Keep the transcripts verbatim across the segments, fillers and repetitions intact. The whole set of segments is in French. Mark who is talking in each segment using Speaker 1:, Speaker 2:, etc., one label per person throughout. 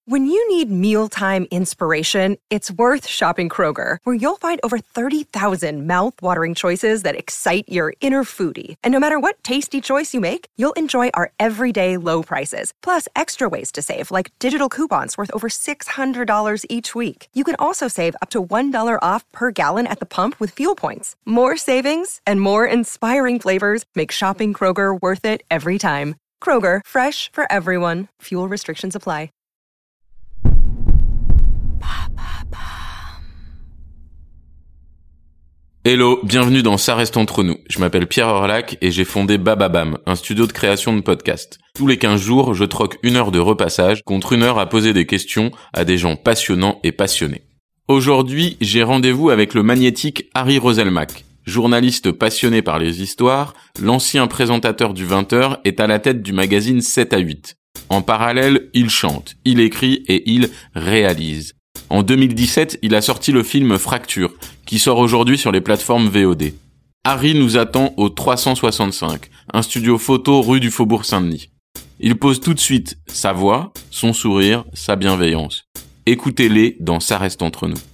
Speaker 1: When you need mealtime inspiration, it's worth shopping Kroger, where you'll find over thirty thousand mouth-watering choices that excite your inner foodie. And no matter what tasty choice you make, you'll enjoy our everyday low prices, plus extra ways to save, like digital coupons worth over six hundred dollars each week. You can also save up to one dollar off per gallon at the pump with fuel points. More savings and more inspiring flavors make shopping Kroger worth it every time. Kroger, fresh for everyone. Fuel restrictions apply.
Speaker 2: Hello, bienvenue dans Ça reste entre nous. Je m'appelle Pierre Orlac et j'ai fondé Bababam, un studio de création de podcasts. Tous les quinze jours, je troque une heure de repassage contre une heure à poser des questions à des gens passionnants et passionnés. Aujourd'hui, j'ai rendez-vous avec le magnétique Harry Roselmack. Journaliste passionné par les histoires, l'ancien présentateur du vingt heures est à la tête du magazine sept à huit. En parallèle, il chante, il écrit et il réalise. En deux mille dix-sept, il a sorti le film Fracture, qui sort aujourd'hui sur les plateformes V O D. Harry nous attend au trois cent soixante-cinq, un studio photo rue du Faubourg Saint-Denis. Il pose tout de suite sa voix, son sourire, sa bienveillance. Écoutez-les dans Ça reste entre nous.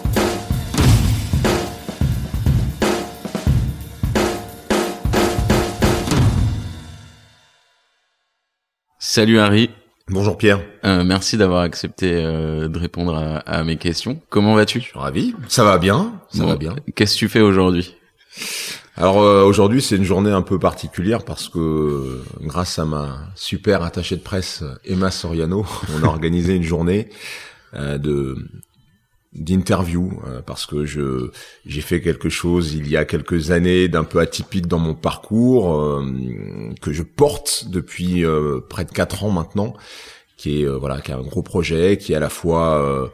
Speaker 2: Salut Harry.
Speaker 3: Bonjour Pierre.
Speaker 2: Euh, merci d'avoir accepté euh, de répondre à, à mes questions. Comment vas-tu ?
Speaker 3: Je suis ravi. Ça va bien. Ça
Speaker 2: bon,
Speaker 3: va bien.
Speaker 2: Qu'est-ce que tu fais aujourd'hui ?
Speaker 3: Alors euh, aujourd'hui c'est une journée un peu particulière parce que euh, grâce à ma super attachée de presse Emma Soriano, on a organisé une journée euh, de d'interview euh, parce que je j'ai fait quelque chose il y a quelques années d'un peu atypique dans mon parcours euh, que je porte depuis euh, près de quatre ans maintenant, qui est euh, voilà qui est un gros projet, qui est à la fois euh,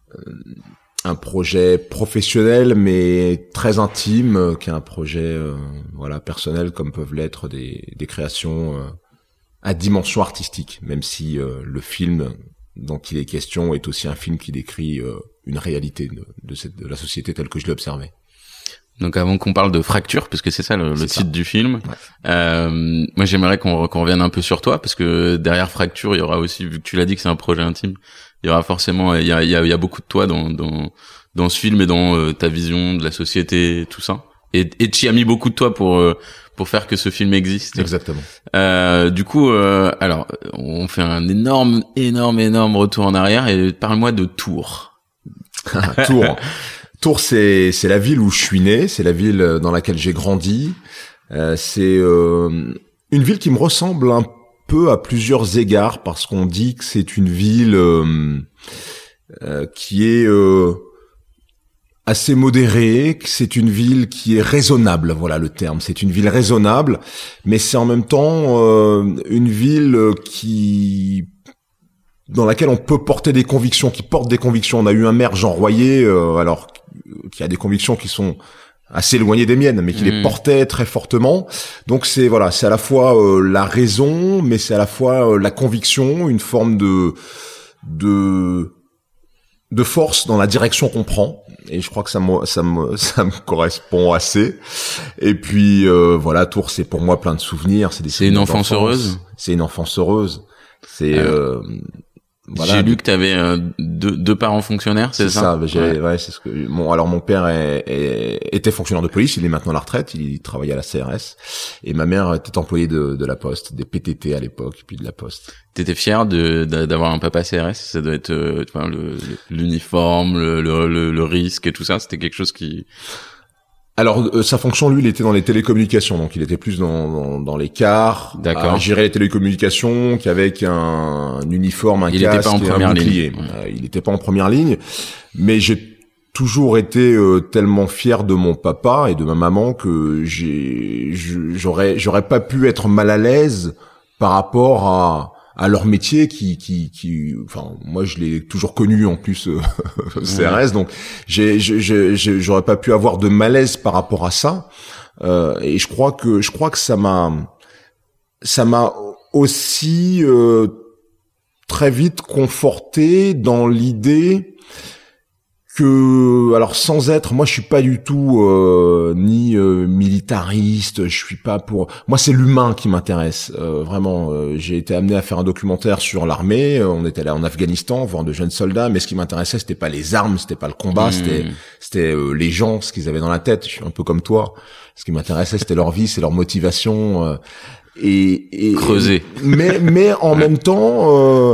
Speaker 3: un projet professionnel mais très intime, euh, qui est un projet euh, voilà personnel comme peuvent l'être des des créations euh, à dimension artistique, même si euh, le film dont il est question est aussi un film qui décrit euh, une réalité de, de, cette, de la société telle que je l'ai observée.
Speaker 2: Donc avant qu'on parle de Fracture, parce que c'est ça le, c'est le titre ça. du film,
Speaker 3: ouais.
Speaker 2: euh, moi j'aimerais qu'on, qu'on revienne un peu sur toi, parce que derrière Fracture, il y aura aussi, vu que tu l'as dit que c'est un projet intime, il y aura forcément, il y a, il y a, il y a beaucoup de toi dans, dans, dans ce film et dans euh, ta vision de la société, tout ça. Et, et tu y as mis beaucoup de toi pour euh, pour faire que ce film existe.
Speaker 3: Exactement.
Speaker 2: Euh, du coup, euh, alors on fait un énorme, énorme, énorme retour en arrière et parle-moi de Tours.
Speaker 3: Tours. Tours, c'est c'est la ville où je suis né, c'est la ville dans laquelle j'ai grandi. Euh, c'est euh, une ville qui me ressemble un peu à plusieurs égards parce qu'on dit que c'est une ville euh, euh, qui est euh, assez modérée, que c'est une ville qui est raisonnable, voilà le terme. C'est une ville raisonnable, mais c'est en même temps euh, une ville qui dans laquelle on peut porter des convictions, qui porte des convictions. On a eu un maire, Jean Royer, euh, alors qui a des convictions qui sont assez éloignées des miennes, mais qui mmh. les portait très fortement. Donc c'est voilà, c'est à la fois euh, la raison, mais c'est à la fois euh, la conviction, une forme de de de force dans la direction qu'on prend. Et je crois que ça me ça me ça me correspond assez. Et puis euh, voilà, Tours, c'est pour moi plein de souvenirs. C'est des
Speaker 2: c'est une enfance heureuse.
Speaker 3: C'est une enfance heureuse. C'est euh, euh,
Speaker 2: Voilà. J'ai lu que tu avais euh, deux, deux parents fonctionnaires, c'est,
Speaker 3: c'est
Speaker 2: ça,
Speaker 3: ça j'ai, ouais. ouais, c'est ce que. Bon, alors mon père est, est, était fonctionnaire de police, il est maintenant à la retraite, il travaillait à la C R S, et ma mère était employée de, de la Poste, des P T T à l'époque, puis de la Poste.
Speaker 2: T'étais fier de, de d'avoir un papa C R S, ça doit être, euh, tu vois, le, l'uniforme, le, le, le, le risque et tout ça, c'était quelque chose qui.
Speaker 3: Alors euh, sa fonction, lui, il était dans les télécommunications, donc il était plus dans dans, dans les cars,
Speaker 2: D'accord.
Speaker 3: à gérer les télécommunications, qu'avec un, un uniforme, un
Speaker 2: il
Speaker 3: casque,
Speaker 2: était pas en
Speaker 3: et
Speaker 2: première
Speaker 3: un bouclier.
Speaker 2: Ligne.
Speaker 3: Euh, il n'était pas en première ligne, mais j'ai toujours été euh, tellement fier de mon papa et de ma maman que j'ai j'aurais j'aurais pas pu être mal à l'aise par rapport à à leur métier qui qui qui enfin moi je l'ai toujours connu en plus euh, C R S, donc j'ai j'ai j'aurais pas pu avoir de malaise par rapport à ça, euh, et je crois que je crois que ça m'a ça m'a aussi euh, très vite conforté dans l'idée que, alors sans être, moi je suis pas du tout euh, ni euh, militariste, je suis pas pour. Moi c'est l'humain qui m'intéresse, euh, vraiment. Euh, j'ai été amené à faire un documentaire sur l'armée. On était allé en Afghanistan voir de jeunes soldats, mais ce qui m'intéressait c'était pas les armes, c'était pas le combat, mmh. c'était c'était euh, les gens, ce qu'ils avaient dans la tête. Je suis un peu comme toi. Ce qui m'intéressait c'était leur vie, c'est leur motivation euh, et, et
Speaker 2: creuser.
Speaker 3: Mais mais en même temps. Euh,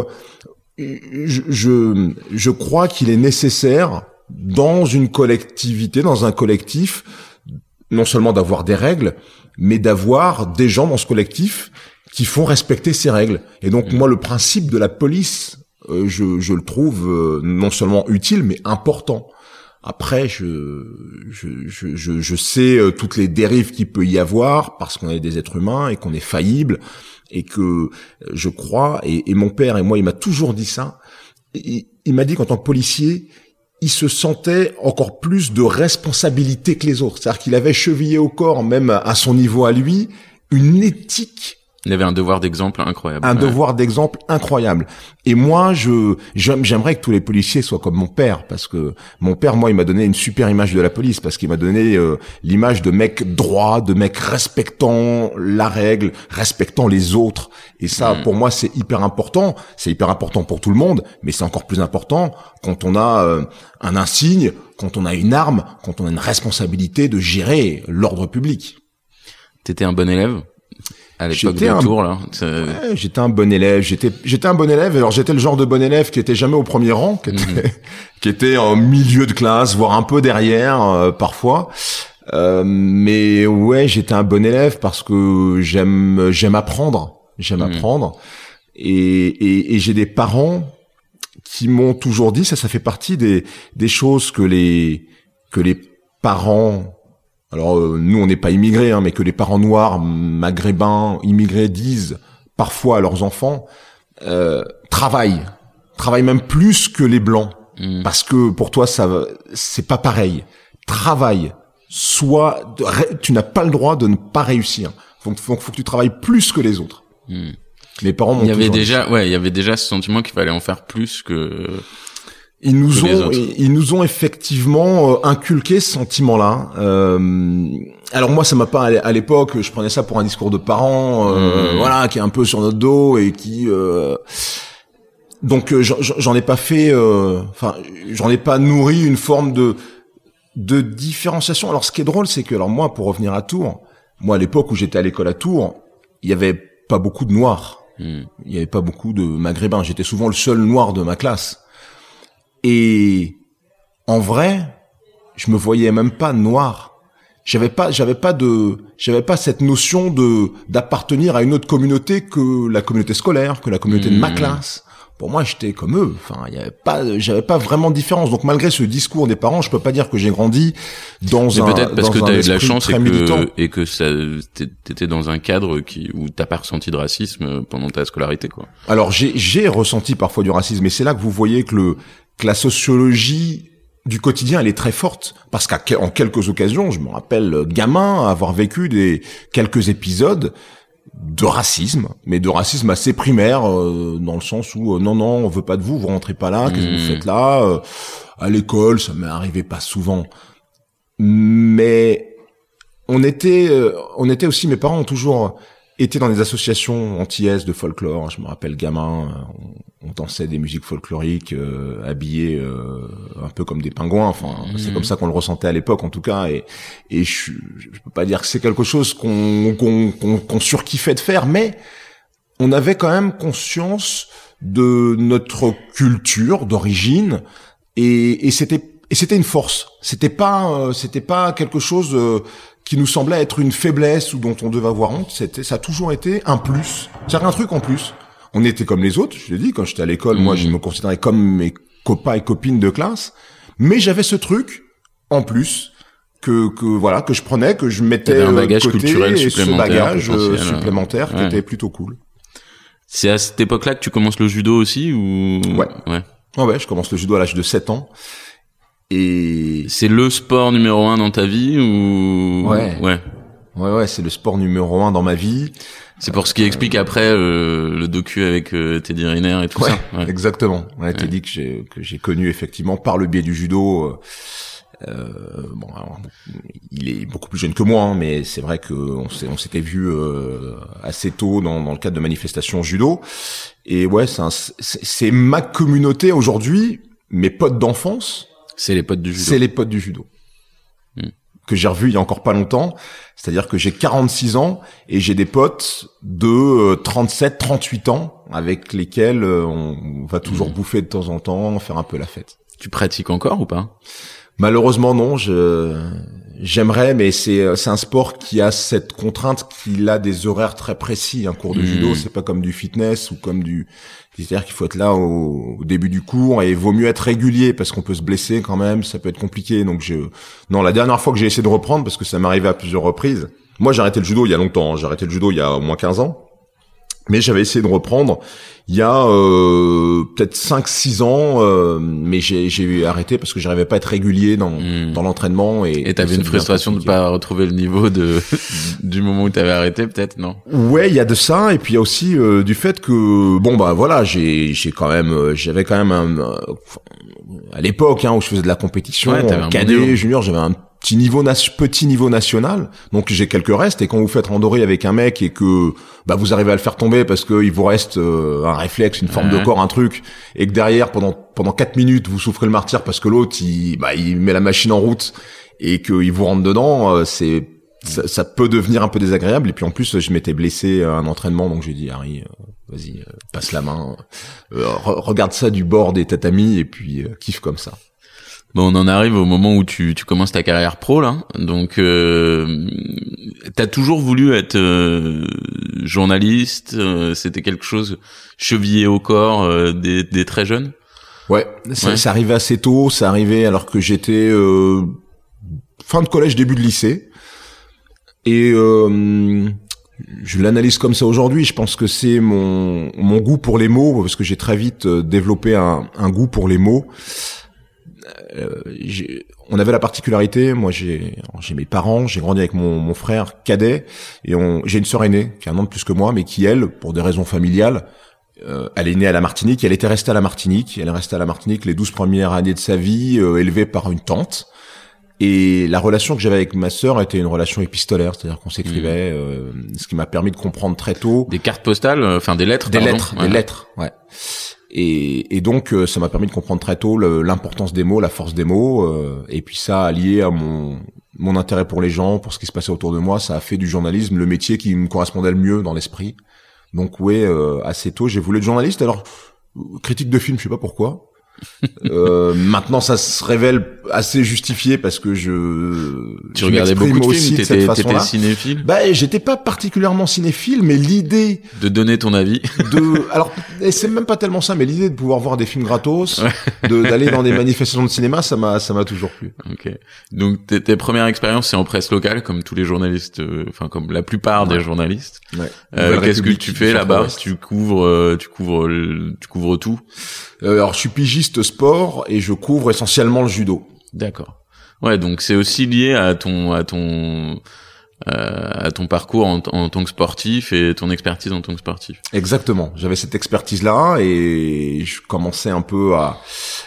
Speaker 3: Je, je, je crois qu'il est nécessaire dans une collectivité, dans un collectif, non seulement d'avoir des règles, mais d'avoir des gens dans ce collectif qui font respecter ces règles. Et donc mmh. moi, le principe de la police, euh, je, je le trouve euh, non seulement utile, mais important. Après, je, je, je, je, je sais euh, toutes les dérives qu'il peut y avoir parce qu'on est des êtres humains et qu'on est faillible. Et que je crois, et, et mon père et moi, il m'a toujours dit ça, il, il m'a dit qu'en tant que policier, il se sentait encore plus de responsabilité que les autres. C'est-à-dire qu'il avait chevillé au corps, même à son niveau à lui, une éthique.
Speaker 2: Il avait un devoir d'exemple incroyable.
Speaker 3: Un
Speaker 2: ouais.
Speaker 3: devoir d'exemple incroyable. Et moi, je j'aimerais que tous les policiers soient comme mon père, parce que mon père, moi, il m'a donné une super image de la police, parce qu'il m'a donné euh, l'image de mec droit, de mec respectant la règle, respectant les autres. Et ça, mmh. pour moi, c'est hyper important. C'est hyper important pour tout le monde, mais c'est encore plus important quand on a euh, un insigne, quand on a une arme, quand on a une responsabilité de gérer l'ordre public.
Speaker 2: T'étais un bon élève ? À l'époque de
Speaker 3: un...
Speaker 2: Tours, là.
Speaker 3: Ouais, j'étais un bon élève. J'étais, j'étais un bon élève. Alors, j'étais le genre de bon élève qui était jamais au premier rang, qui était, mmh. qui était en milieu de classe, voire un peu derrière, euh, parfois. Euh, mais ouais, j'étais un bon élève parce que j'aime, j'aime apprendre. J'aime mmh. apprendre. Et, et, et j'ai des parents qui m'ont toujours dit, ça, ça fait partie des, des choses que les, que les parents, alors euh, nous on n'est pas immigrés, hein, mais que les parents noirs, maghrébins, immigrés disent parfois à leurs enfants, euh, travaille, travaille même plus que les blancs, mmh. parce que pour toi ça, c'est pas pareil. Travaille, soit, tu n'as pas le droit de ne pas réussir. Faut, faut, faut que tu travailles plus que les autres. Mmh. Les parents m'ont
Speaker 2: il y avait
Speaker 3: toujours
Speaker 2: déjà,
Speaker 3: dit.
Speaker 2: ouais, il y avait déjà ce sentiment qu'il fallait en faire plus que.
Speaker 3: Ils nous
Speaker 2: que
Speaker 3: ont, ils nous ont effectivement euh, inculqué ce sentiment-là. Euh, alors moi, ça m'a pas à l'époque. Je prenais ça pour un discours de parents, euh, mmh. voilà, qui est un peu sur notre dos et qui. Euh, donc euh, j'en ai pas fait. Enfin, euh, j'en ai pas nourri une forme de de différenciation. Alors ce qui est drôle, c'est que alors moi, pour revenir à Tours, moi à l'époque où j'étais à l'école à Tours, il y avait pas beaucoup de noirs. Mmh. Il y avait pas beaucoup de maghrébins. J'étais souvent le seul noir de ma classe. Et en vrai, je me voyais même pas noir. J'avais pas, j'avais pas de, j'avais pas cette notion de d'appartenir à une autre communauté que la communauté scolaire, que la communauté mmh. de ma classe. Pour moi, j'étais comme eux. Enfin, il y avait pas, j'avais pas vraiment de différence. Donc, malgré ce discours des parents, je peux pas dire que j'ai grandi dans
Speaker 2: Mais
Speaker 3: un.
Speaker 2: peut-être parce
Speaker 3: dans
Speaker 2: que
Speaker 3: un
Speaker 2: t'as eu de la chance et
Speaker 3: militant.
Speaker 2: que et que ça, t'étais dans un cadre qui où t'as pas ressenti de racisme pendant ta scolarité, quoi.
Speaker 3: Alors, j'ai j'ai ressenti parfois du racisme, et c'est là que vous voyez que le que la sociologie du quotidien, elle est très forte, parce qu'en quelques occasions, je me rappelle gamin avoir vécu des quelques épisodes de racisme, mais de racisme assez primaire, euh, dans le sens où euh, non non, on veut pas de vous, vous rentrez pas là, qu'est-ce que vous faites là euh, à l'école, ça m'est arrivé pas souvent, mais on était, euh, on était aussi, mes parents ont toujours été dans des associations antillaises de folklore. Je me rappelle gamin, on, on dansait des musiques folkloriques, euh, habillés euh, un peu comme des pingouins. Enfin, mmh. c'est comme ça qu'on le ressentait à l'époque, en tout cas. Et, et je, je peux pas dire que c'est quelque chose qu'on qu'on qu'on, qu'on surkiffait de faire, mais on avait quand même conscience de notre culture d'origine, et, et c'était et c'était une force. C'était pas euh, c'était pas quelque chose euh, qui nous semblait être une faiblesse ou dont on devait avoir honte. C'était, ça a toujours été un plus. C'est un truc en plus. On était comme les autres, je l'ai dit, quand j'étais à l'école, mmh. moi, je me considérais comme mes copains et copines de classe. Mais j'avais ce truc, en plus, que, que, voilà, que je prenais, que je mettais
Speaker 2: un bagage
Speaker 3: de côté,
Speaker 2: culturel
Speaker 3: et
Speaker 2: supplémentaire,
Speaker 3: ce bagage
Speaker 2: euh,
Speaker 3: supplémentaire
Speaker 2: ouais.
Speaker 3: qui était plutôt cool.
Speaker 2: C'est à cette époque-là que tu commences le judo aussi, ou?
Speaker 3: Ouais.
Speaker 2: Ouais.
Speaker 3: Ouais, ouais, je commence le judo à l'âge de sept ans. Et
Speaker 2: c'est le sport numéro un dans ta vie ou
Speaker 3: ouais
Speaker 2: ouais
Speaker 3: ouais ouais c'est le sport numéro un dans ma vie.
Speaker 2: C'est pour ce qui explique après euh, le docu avec euh, Teddy Riner et tout
Speaker 3: ouais,
Speaker 2: ça. Ouais,
Speaker 3: exactement. Ouais,
Speaker 2: ouais.
Speaker 3: Teddy que j'ai que j'ai connu effectivement par le biais du judo. Euh, euh, bon, alors, il est beaucoup plus jeune que moi, hein, mais c'est vrai que on s'est on s'était vu euh, assez tôt dans dans le cadre de manifestations judo. Et ouais, c'est un, c'est, c'est ma communauté aujourd'hui, mes potes d'enfance.
Speaker 2: C'est les potes du judo.
Speaker 3: C'est les potes du judo. Hmm. Que j'ai revu il y a encore pas longtemps. C'est-à-dire que j'ai quarante-six ans et j'ai des potes de trente-sept, trente-huit ans avec lesquels on va toujours mmh. bouffer de temps en temps, faire un peu la fête.
Speaker 2: Tu pratiques encore ou pas ?
Speaker 3: Malheureusement non, je j'aimerais, mais c'est c'est un sport qui a cette contrainte qu'il a des horaires très précis. Un cours de mmh. judo, c'est pas comme du fitness ou comme du, c'est-à-dire qu'il faut être là au, au début du cours et il vaut mieux être régulier parce qu'on peut se blesser quand même, ça peut être compliqué. Donc je, non, la dernière fois que j'ai essayé de reprendre, parce que ça m'est arrivé à plusieurs reprises. Moi, j'ai arrêté le judo il y a longtemps. Hein. J'ai arrêté le judo il y a au moins quinze ans. Mais j'avais essayé de reprendre il y a euh, peut-être cinq six ans, euh, mais j'ai, j'ai arrêté parce que j'arrivais pas à être régulier dans, mmh. dans l'entraînement. Et,
Speaker 2: et t'avais une frustration de pas retrouver le niveau de du moment où t'avais arrêté, peut-être, non ?
Speaker 3: Ouais, il y a de ça, et puis il y a aussi euh, du fait que bon bah voilà, j'ai j'ai quand même j'avais quand même un, euh, à l'époque hein, où je faisais de la compétition,
Speaker 2: ouais,
Speaker 3: en cadet, junior, j'avais un petit niveau petit niveau national, donc j'ai quelques restes. Et quand vous faites randonner avec un mec et que bah vous arrivez à le faire tomber parce que il vous reste euh, un réflexe, une forme ouais. de corps, un truc, et que derrière pendant pendant quatre minutes vous souffrez le martyre parce que l'autre il bah il met la machine en route et qu'il vous rentre dedans, euh, c'est ça, ça peut devenir un peu désagréable. Et puis en plus je m'étais blessé à un entraînement, donc j'ai dit Harry, euh, vas-y, euh, passe la main, euh, re- regarde ça du bord des tatamis et puis euh, kiffe comme ça.
Speaker 2: Bon, on en arrive au moment où tu, tu commences ta carrière pro, là. Donc, euh, t'as toujours voulu être euh, journaliste. Euh, c'était quelque chose chevillé au corps euh, dès, dès très jeune.
Speaker 3: Ouais, ça, ouais. ça arrivait assez tôt. Ça arrivait alors que j'étais euh, fin de collège, début de lycée. Et euh, je l'analyse comme ça aujourd'hui. Je pense que c'est mon mon goût pour les mots, parce que j'ai très vite développé un, un goût pour les mots. Euh, j'ai, on avait la particularité, moi j'ai, j'ai mes parents, j'ai grandi avec mon, mon frère cadet, et on, j'ai une sœur aînée qui a un an de plus que moi, mais qui elle, pour des raisons familiales, euh, elle est née à la Martinique, elle était restée à la Martinique, elle est restée à la Martinique les douze premières années de sa vie, euh, élevée par une tante. Et la relation que j'avais avec ma sœur était une relation épistolaire, c'est-à-dire qu'on s'écrivait, mmh. euh, ce qui m'a permis de comprendre très tôt.
Speaker 2: Des cartes postales, enfin des lettres.
Speaker 3: Des
Speaker 2: pardon.
Speaker 3: lettres,
Speaker 2: ouais.
Speaker 3: des lettres, ouais. Et, et donc euh, ça m'a permis de comprendre très tôt le, l'importance des mots, la force des mots, euh, et puis ça allié à mon mon intérêt pour les gens, pour ce qui se passait autour de moi, ça a fait du journalisme le métier qui me correspondait le mieux dans l'esprit. Donc ouais, euh, assez tôt j'ai voulu être journaliste. Alors critique de film, je sais pas pourquoi. euh, maintenant ça se révèle assez justifié parce que je
Speaker 2: tu
Speaker 3: je
Speaker 2: regardais beaucoup de
Speaker 3: aussi
Speaker 2: films,
Speaker 3: de cette
Speaker 2: t'étais,
Speaker 3: façon-là.
Speaker 2: t'étais cinéphile.
Speaker 3: Bah j'étais pas particulièrement cinéphile, mais l'idée
Speaker 2: de donner ton avis
Speaker 3: de alors et c'est même pas tellement ça, mais l'idée de pouvoir voir des films gratos, ouais. de d'aller dans des manifestations de cinéma, ça m'a ça m'a toujours plu.
Speaker 2: Ok. Donc tes, tes premières expériences c'est en presse locale, comme tous les journalistes, enfin euh, comme la plupart ouais. des journalistes. Ouais. Euh, qu'est-ce que tu fais là-bas? Tu couvres euh, tu couvres tu couvres tout.
Speaker 3: Euh, alors je suis pigiste sport et je couvre essentiellement le judo.
Speaker 2: D'accord. Ouais, donc c'est aussi lié à ton à ton euh, à ton parcours en, en tant que sportif et ton expertise en tant que sportif.
Speaker 3: Exactement. J'avais cette expertise-là et je commençais un peu à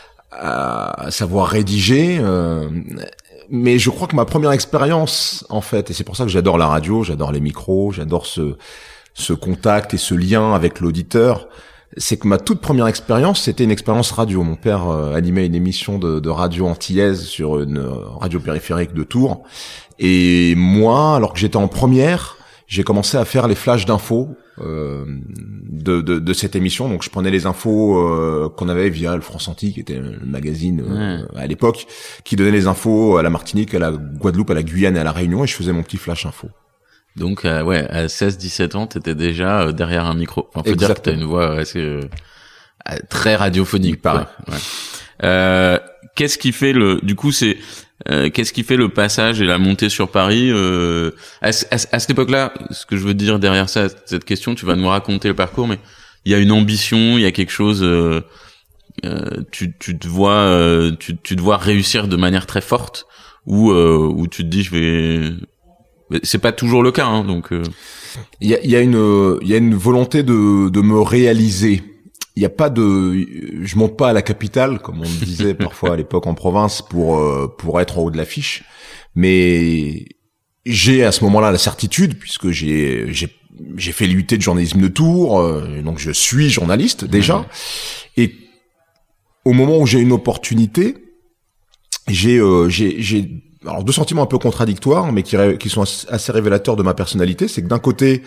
Speaker 3: à savoir rédiger. Euh, mais je crois que ma première expérience, en fait, et c'est pour ça que j'adore la radio, j'adore les micros, j'adore ce ce contact et ce lien avec l'auditeur. C'est que ma toute première expérience, c'était une expérience radio. Mon père euh, animait une émission de, de radio antillaise sur une euh, radio périphérique de Tours. Et moi, alors que j'étais en première, j'ai commencé à faire les flashs d'infos euh, de, de, de cette émission. Donc je prenais les infos euh, qu'on avait via le France Anti, qui était le magazine euh, mmh. à l'époque, qui donnait les infos à la Martinique, à la Guadeloupe, à la Guyane et à la Réunion, et je faisais mon petit flash info.
Speaker 2: Donc euh, ouais, à seize dix-sept ans, t'étais déjà euh, derrière un micro. Enfin, faut Exactement. dire que t'as une voix assez euh, très radiophonique, pareil. Ouais. Euh, qu'est-ce qui fait le du coup c'est euh, qu'est-ce qui fait le passage et la montée sur Paris euh, à, à, à cette époque-là, ce que je veux dire derrière ça, cette question, tu vas nous raconter le parcours, mais il y a une ambition, il y a quelque chose euh, euh, tu tu te vois euh, tu tu te vois réussir de manière très forte ou euh, où tu te dis je vais. C'est pas toujours le cas, hein, donc. Euh...
Speaker 3: il y a, il y a une, il y a une volonté de, de me réaliser. Il y a pas de, je monte pas à la capitale comme on disait parfois à l'époque en province pour pour être en haut de l'affiche, mais j'ai à ce moment-là la certitude puisque j'ai j'ai j'ai fait l'U T de journalisme de Tours, euh, donc je suis journaliste déjà, mmh. et au moment où j'ai une opportunité, j'ai euh, j'ai j'ai alors deux sentiments un peu contradictoires, mais qui qui sont assez révélateurs de ma personnalité. C'est que d'un côté,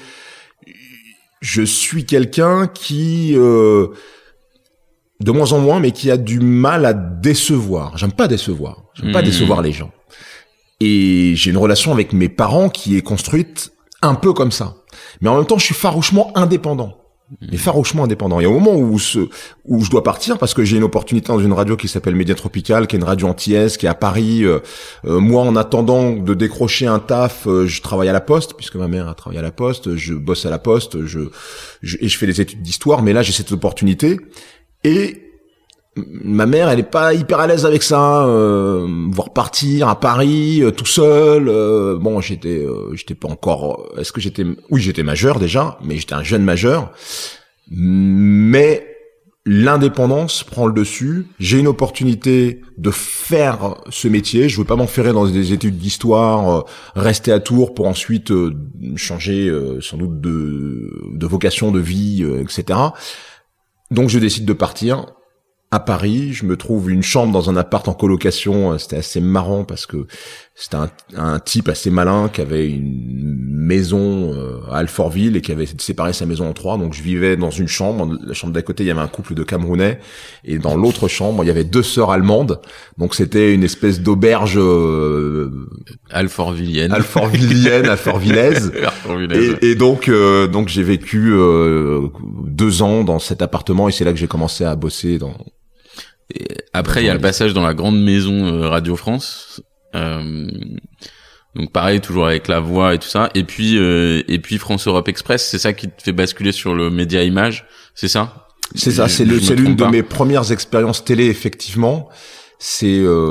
Speaker 3: je suis quelqu'un qui, euh, de moins en moins, mais qui a du mal à décevoir. J'aime pas décevoir. J'aime mmh. pas décevoir les gens. Et j'ai une relation avec mes parents qui est construite un peu comme ça. Mais en même temps, je suis farouchement indépendant. Mais farouchement indépendant. Et au moment où ce, où je dois partir, parce que j'ai une opportunité dans une radio qui s'appelle Média Tropical, qui est une radio antillaise, qui est à Paris. Euh, euh, moi, en attendant de décrocher un taf, euh, je travaille à la Poste, puisque ma mère a travaillé à la Poste. Je bosse à la Poste, je, je et je fais des études d'histoire. Mais là, j'ai cette opportunité. Et ma mère, elle est pas hyper à l'aise avec ça, euh, voir partir à Paris euh, tout seul. Euh, bon, j'étais, euh, j'étais pas encore. Est-ce que j'étais Oui, j'étais majeur déjà, mais j'étais un jeune majeur. Mais l'indépendance prend le dessus. J'ai une opportunité de faire ce métier. Je veux pas m'enferrer dans des études d'histoire, euh, rester à Tours pour ensuite euh, changer euh, sans doute de, de vocation, de vie, euh, et cetera. Donc, je décide de partir. À Paris, je me trouve une chambre dans un appart en colocation. C'était assez marrant parce que c'était un, un type assez malin qui avait une maison à Alfortville et qui avait séparé sa maison en trois. Donc je vivais dans une chambre. La chambre d'à côté, il y avait un couple de Camerounais. Et dans l'autre chambre, il y avait deux sœurs allemandes. Donc c'était une espèce d'auberge euh,
Speaker 2: alfortvillienne,
Speaker 3: alfortvillienne, alfortvillaise. et, et donc, euh, donc j'ai vécu euh, deux ans dans cet appartement et c'est là que j'ai commencé à bosser dans.
Speaker 2: Et après, il y a le passage dans la grande maison euh, Radio France. Euh, donc pareil, toujours avec la voix et tout ça. Et puis, euh, et puis France Europe Express, c'est ça qui te fait basculer sur le média image, c'est ça?
Speaker 3: C'est ça, c'est, le, c'est l'une de mes premières expériences télé, effectivement. C'est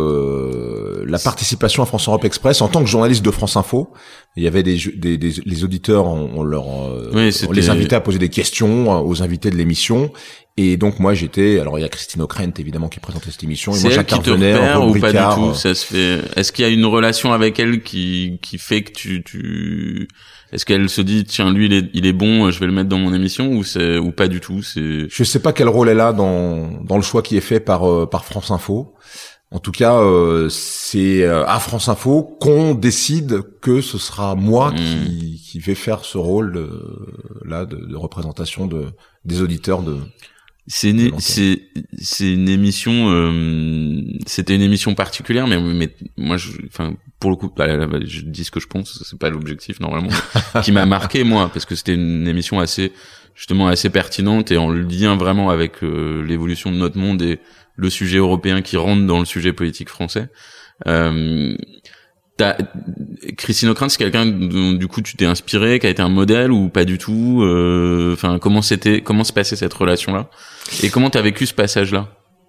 Speaker 3: euh, la participation à France Europe Express en tant que journaliste de France Info. Il y avait des, des, des les auditeurs, on, on leur, euh,
Speaker 2: oui,
Speaker 3: on les invitait à poser des questions aux invités de l'émission. Et donc moi j'étais, alors il y a Christine O'Krent évidemment qui présentait cette émission. Et
Speaker 2: c'est
Speaker 3: moi
Speaker 2: elle qui te repère ou pas du tout? Ça se fait. Est-ce qu'il y a une relation avec elle qui qui fait que tu tu est-ce qu'elle se dit tiens lui il est il est bon, je vais le mettre dans mon émission ou c'est ou pas du tout? C'est
Speaker 3: je sais pas quel rôle elle a dans dans le choix qui est fait par euh, par France Info. En tout cas, euh, c'est à France Info qu'on décide que ce sera moi mmh. qui qui vais faire ce rôle de, là de, de représentation de des auditeurs de.
Speaker 2: C'est une, c'est, c'est une émission, euh, c'était une émission particulière, mais, mais moi, je, enfin, pour le coup, là, là, je dis ce que je pense, c'est pas l'objectif, normalement, qui m'a marqué, moi, parce que c'était une émission assez, justement, assez pertinente et en lien vraiment avec euh, l'évolution de notre monde et le sujet européen qui rentre dans le sujet politique français. Euh, T'as, Christine O'Krent, c'est quelqu'un dont du coup tu t'es inspiré, qui a été un modèle ou pas du tout. Enfin, euh, comment c'était, comment se passait cette relation-là, et comment t'as vécu ce passage-là?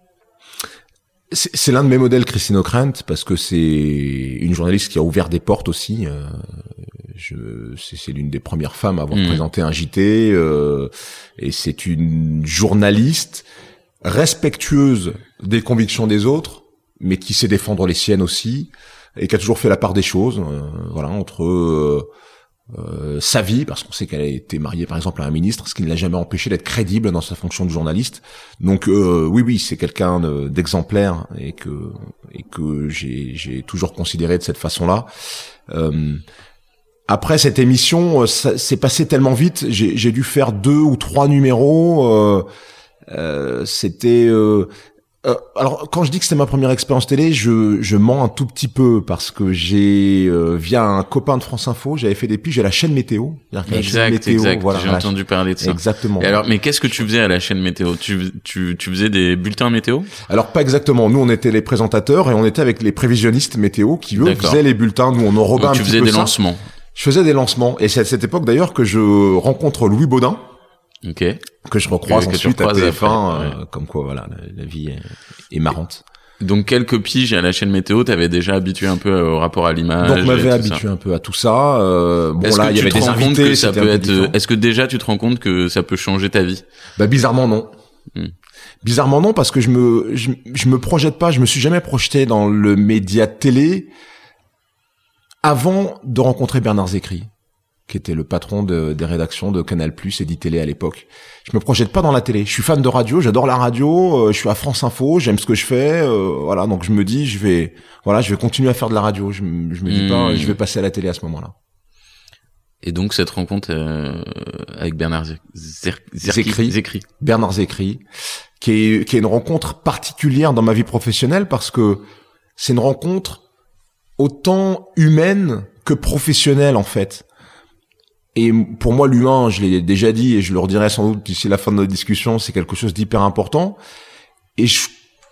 Speaker 3: C'est, c'est l'un de mes modèles, Christine O'Krent, parce que c'est une journaliste qui a ouvert des portes aussi. Euh, je, c'est, c'est l'une des premières femmes à avoir mmh. présenté un J T, euh, et c'est une journaliste respectueuse des convictions des autres, mais qui sait défendre les siennes aussi. Et qui a toujours fait la part des choses, euh, voilà, entre euh, euh, sa vie, parce qu'on sait qu'elle a été mariée par exemple à un ministre, ce qui ne l'a jamais empêché d'être crédible dans sa fonction de journaliste. Donc euh, oui, oui, c'est quelqu'un de, d'exemplaire et que et que j'ai j'ai toujours considéré de cette façon-là. Euh, après cette émission, ça s'est passé tellement vite, j'ai j'ai dû faire deux ou trois numéros. Euh, euh, c'était euh, Euh, alors quand je dis que c'était ma première expérience télé, je je mens un tout petit peu parce que j'ai euh, via un copain de France Info, j'avais fait des piges à la chaîne Météo.
Speaker 2: Exact, météo, exact. Voilà, j'ai entendu parler de ça.
Speaker 3: Exactement.
Speaker 2: Et alors, mais qu'est-ce que tu faisais à la chaîne Météo? Tu tu tu faisais des bulletins météo?
Speaker 3: Alors pas exactement. Nous on était les présentateurs et on était avec les prévisionnistes météo qui eux D'accord. faisaient les bulletins. Nous on enrobait un petit peu ça.
Speaker 2: Tu faisais des lancements.
Speaker 3: Je faisais des lancements et c'est à cette époque d'ailleurs que je rencontre Louis Baudin.
Speaker 2: Okay.
Speaker 3: Que je recroise
Speaker 2: que,
Speaker 3: ensuite
Speaker 2: que
Speaker 3: à T F un,
Speaker 2: après,
Speaker 3: euh, ouais. Comme quoi voilà, la, la vie est, est marrante.
Speaker 2: Donc quelques piges à la chaîne météo, t'avais déjà habitué un peu au rapport à l'image.
Speaker 3: Donc m'avais habitué ça. un peu à tout ça. Euh, bon
Speaker 2: est-ce
Speaker 3: là,
Speaker 2: que
Speaker 3: il y avait des invités.
Speaker 2: Que ça peut être. Différent. Est-ce que déjà tu te rends compte que ça peut changer ta vie?
Speaker 3: Bah bizarrement non. Hmm. Bizarrement non, parce que je me je, je me projette pas. Je me suis jamais projeté dans le média télé avant de rencontrer Bernard Zecri, qui était le patron de, des rédactions de Canal plus et d'I-Télé à l'époque. Je me projette pas dans la télé. Je suis fan de radio, j'adore la radio, euh, je suis à France Info, j'aime ce que je fais, euh, voilà. Donc je me dis, je vais, voilà, je vais continuer à faire de la radio. Je, je me dis mmh. pas, je vais passer à la télé à ce moment-là.
Speaker 2: Et donc cette rencontre euh, avec Bernard Zecri, Zecri,
Speaker 3: Bernard Zecri, qui est, qui est une rencontre particulière dans ma vie professionnelle parce que c'est une rencontre autant humaine que professionnelle en fait. Et pour moi, l'humain, je l'ai déjà dit et je le redirai sans doute d'ici la fin de notre discussion, c'est quelque chose d'hyper important. Et je...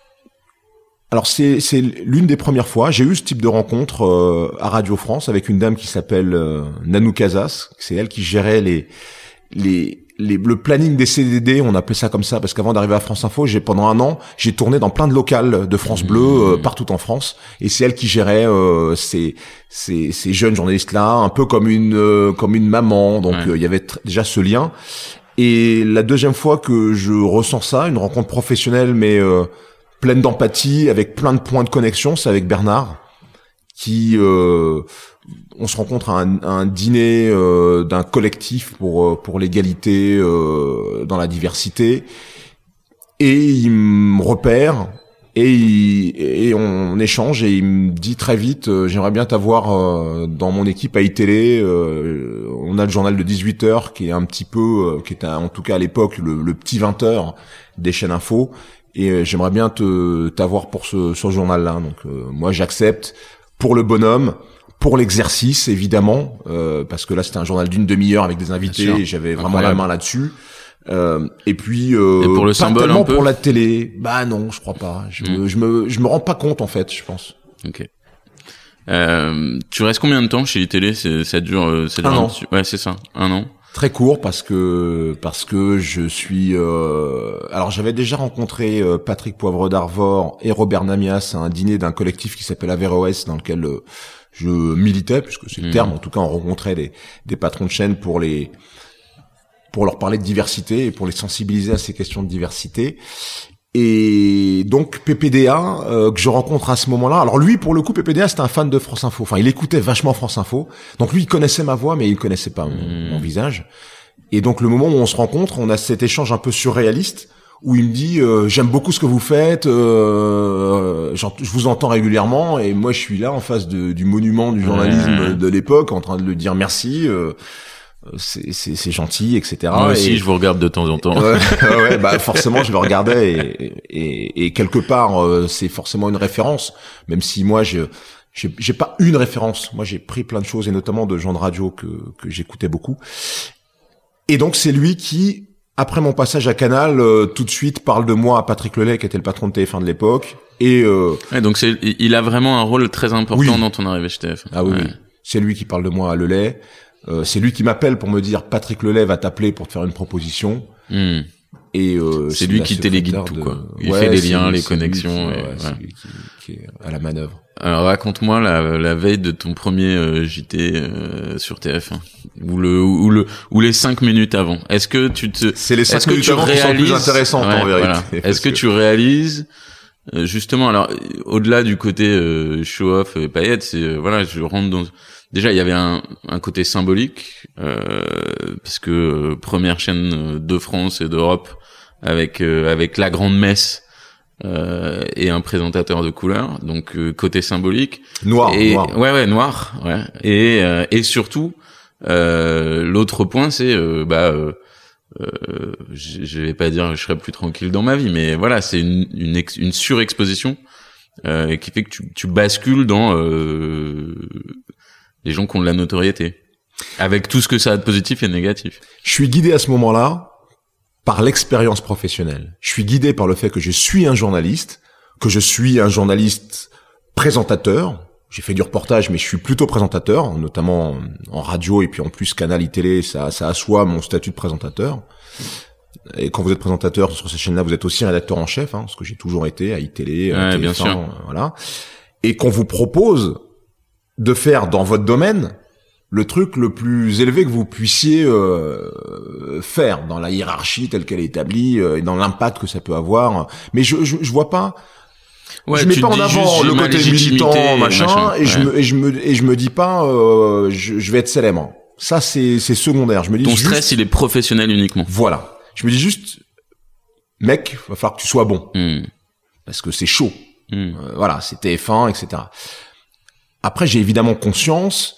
Speaker 3: alors c'est c'est l'une des premières fois, j'ai eu ce type de rencontre euh, à Radio France avec une dame qui s'appelle euh, Nanou Casas. C'est elle qui gérait les les les le planning des C D D, on appelait ça comme ça parce qu'avant d'arriver à France Info, j'ai pendant un an, j'ai tourné dans plein de locales de France Bleu euh, partout en France et c'est elle qui gérait euh, ces ces ces jeunes journalistes là, un peu comme une euh, comme une maman. Donc il ouais. euh, y avait tr- déjà ce lien. Et la deuxième fois que je ressens ça, une rencontre professionnelle mais euh, pleine d'empathie avec plein de points de connexion, c'est avec Bernard qui euh, on se rencontre à un, à un dîner euh, d'un collectif pour pour l'égalité euh, dans la diversité et il me repère et il, et on échange et il me dit très vite euh, j'aimerais bien t'avoir euh, dans mon équipe à I-Télé. Euh, on a le journal de dix-huit heures qui est un petit peu euh, qui était en tout cas à l'époque le, le petit vingt heures des chaînes info et euh, j'aimerais bien te t'avoir pour ce ce journal là. Donc euh, moi j'accepte pour le bonhomme, pour l'exercice évidemment, euh, parce que là c'était un journal d'une demi-heure avec des invités et j'avais vraiment Incroyable. la main là-dessus. Euh, et puis euh,
Speaker 2: et pour le
Speaker 3: pas
Speaker 2: symbole
Speaker 3: tellement
Speaker 2: un peu
Speaker 3: pour la télé. Bah non, je crois pas. Je, mmh. me, je me je me rends pas compte en fait, je pense.
Speaker 2: Ok. Euh, tu restes combien de temps chez I-Télé? C'est, ça dure, ça dure
Speaker 3: un,
Speaker 2: un
Speaker 3: an.
Speaker 2: Petit... Ouais, c'est ça, un an.
Speaker 3: Très court parce que parce que je suis. Euh... Alors j'avais déjà rencontré euh, Patrick Poivre d'Arvor et Robert Namias à un dîner d'un collectif qui s'appelle Averroès dans lequel euh, je militais, puisque c'est le mmh. terme. En tout cas, on rencontrait des des patrons de chaîne pour les pour leur parler de diversité et pour les sensibiliser à ces questions de diversité. Et donc P P D A euh, que je rencontre à ce moment-là. Alors lui, pour le coup, P P D A c'était un fan de France Info. Enfin, il écoutait vachement France Info. Donc lui, il connaissait ma voix, mais il connaissait pas mon, mmh. mon visage. Et donc le moment où on se rencontre, on a cet échange un peu surréaliste où il me dit euh, j'aime beaucoup ce que vous faites, euh, je vous entends régulièrement et moi je suis là en face de, du monument du journalisme mmh. de l'époque en train de le dire merci. Euh, c'est c'est c'est gentil, etc.
Speaker 2: Moi aussi
Speaker 3: et,
Speaker 2: je vous regarde de temps en temps.
Speaker 3: Ouais, ouais, bah forcément je le regardais et et, et quelque part euh, c'est forcément une référence, même si moi je j'ai, j'ai pas une référence. Moi j'ai pris plein de choses et notamment de gens de radio que que j'écoutais beaucoup. Et donc c'est lui qui, après mon passage à Canal, euh, tout de suite parle de moi à Patrick Lelay qui était le patron de T F un de l'époque. Et euh,
Speaker 2: ouais, donc c'est il a vraiment un rôle très important oui. dans ton arrivée chez T F un.
Speaker 3: Ah oui,
Speaker 2: ouais.
Speaker 3: oui. C'est lui qui parle de moi à Lelay. Euh, c'est lui qui m'appelle pour me dire Patrick Lelay va t'appeler pour te faire une proposition.
Speaker 2: Mmh.
Speaker 3: Et euh,
Speaker 2: c'est, c'est lui qui téléguide tout, quoi. Il ouais, fait les liens, les connexions.
Speaker 3: Qui,
Speaker 2: et,
Speaker 3: ouais, c'est lui qui, qui est à la manœuvre.
Speaker 2: Alors raconte-moi la, la veille de ton premier euh, J T euh, sur T F un, ou le ou le ou les cinq minutes avant. Est-ce que tu te
Speaker 3: c'est les cinq
Speaker 2: est-ce
Speaker 3: minutes
Speaker 2: que tu
Speaker 3: avant
Speaker 2: réalises...
Speaker 3: qui sont plus intéressantes ouais, en vérité.
Speaker 2: Voilà. Est-ce que, que tu réalises euh, justement alors au-delà du côté euh, show-off et paillettes, c'est euh, voilà je rentre dans déjà il y avait un, un côté symbolique euh, parce que euh, première chaîne de France et d'Europe avec euh, avec la grande messe. Euh, et un présentateur de couleur, donc euh, côté symbolique.
Speaker 3: Noir,
Speaker 2: et,
Speaker 3: noir.
Speaker 2: Ouais, ouais, noir. Ouais. Et euh, et surtout, euh, l'autre point, c'est euh, bah, euh, euh, je, je vais pas dire, je serai plus tranquille dans ma vie, mais voilà, c'est une une, ex, une surexposition euh, qui fait que tu tu bascules dans euh, les gens qui ont de la notoriété, avec tout ce que ça a de positif et de négatif.
Speaker 3: Je suis guidé à ce moment-là par l'expérience professionnelle. Je suis guidé par le fait que je suis un journaliste, que je suis un journaliste présentateur. J'ai fait du reportage, mais je suis plutôt présentateur, notamment en radio et puis en plus Canal I-Télé, ça, ça assoit mon statut de présentateur. Et quand vous êtes présentateur sur ces chaînes-là, vous êtes aussi rédacteur en chef, hein, ce que j'ai toujours été à iTélé, à
Speaker 2: ouais,
Speaker 3: T F un,
Speaker 2: bien sûr.
Speaker 3: euh, voilà. Et qu'on vous propose de faire dans votre domaine le truc le plus élevé que vous puissiez euh, faire dans la hiérarchie telle qu'elle est établie euh, et dans l'impact que ça peut avoir. Mais je je, je vois pas.
Speaker 2: Ouais,
Speaker 3: je mets
Speaker 2: tu
Speaker 3: pas en
Speaker 2: dis
Speaker 3: avant
Speaker 2: juste,
Speaker 3: le
Speaker 2: j'ai ma
Speaker 3: côté
Speaker 2: légitimité,
Speaker 3: militant, machin,
Speaker 2: machin,
Speaker 3: et je
Speaker 2: ouais.
Speaker 3: me et je me et je me dis pas euh, je, je vais être célèbre. Ça c'est c'est secondaire. Je me dis
Speaker 2: Ton
Speaker 3: juste,
Speaker 2: stress, il est professionnel uniquement.
Speaker 3: voilà. Je me dis juste, mec, va falloir que tu sois bon
Speaker 2: Mm.
Speaker 3: parce que c'est chaud.
Speaker 2: Mm.
Speaker 3: Euh, voilà, c'est T F un, et cetera. Après, j'ai évidemment conscience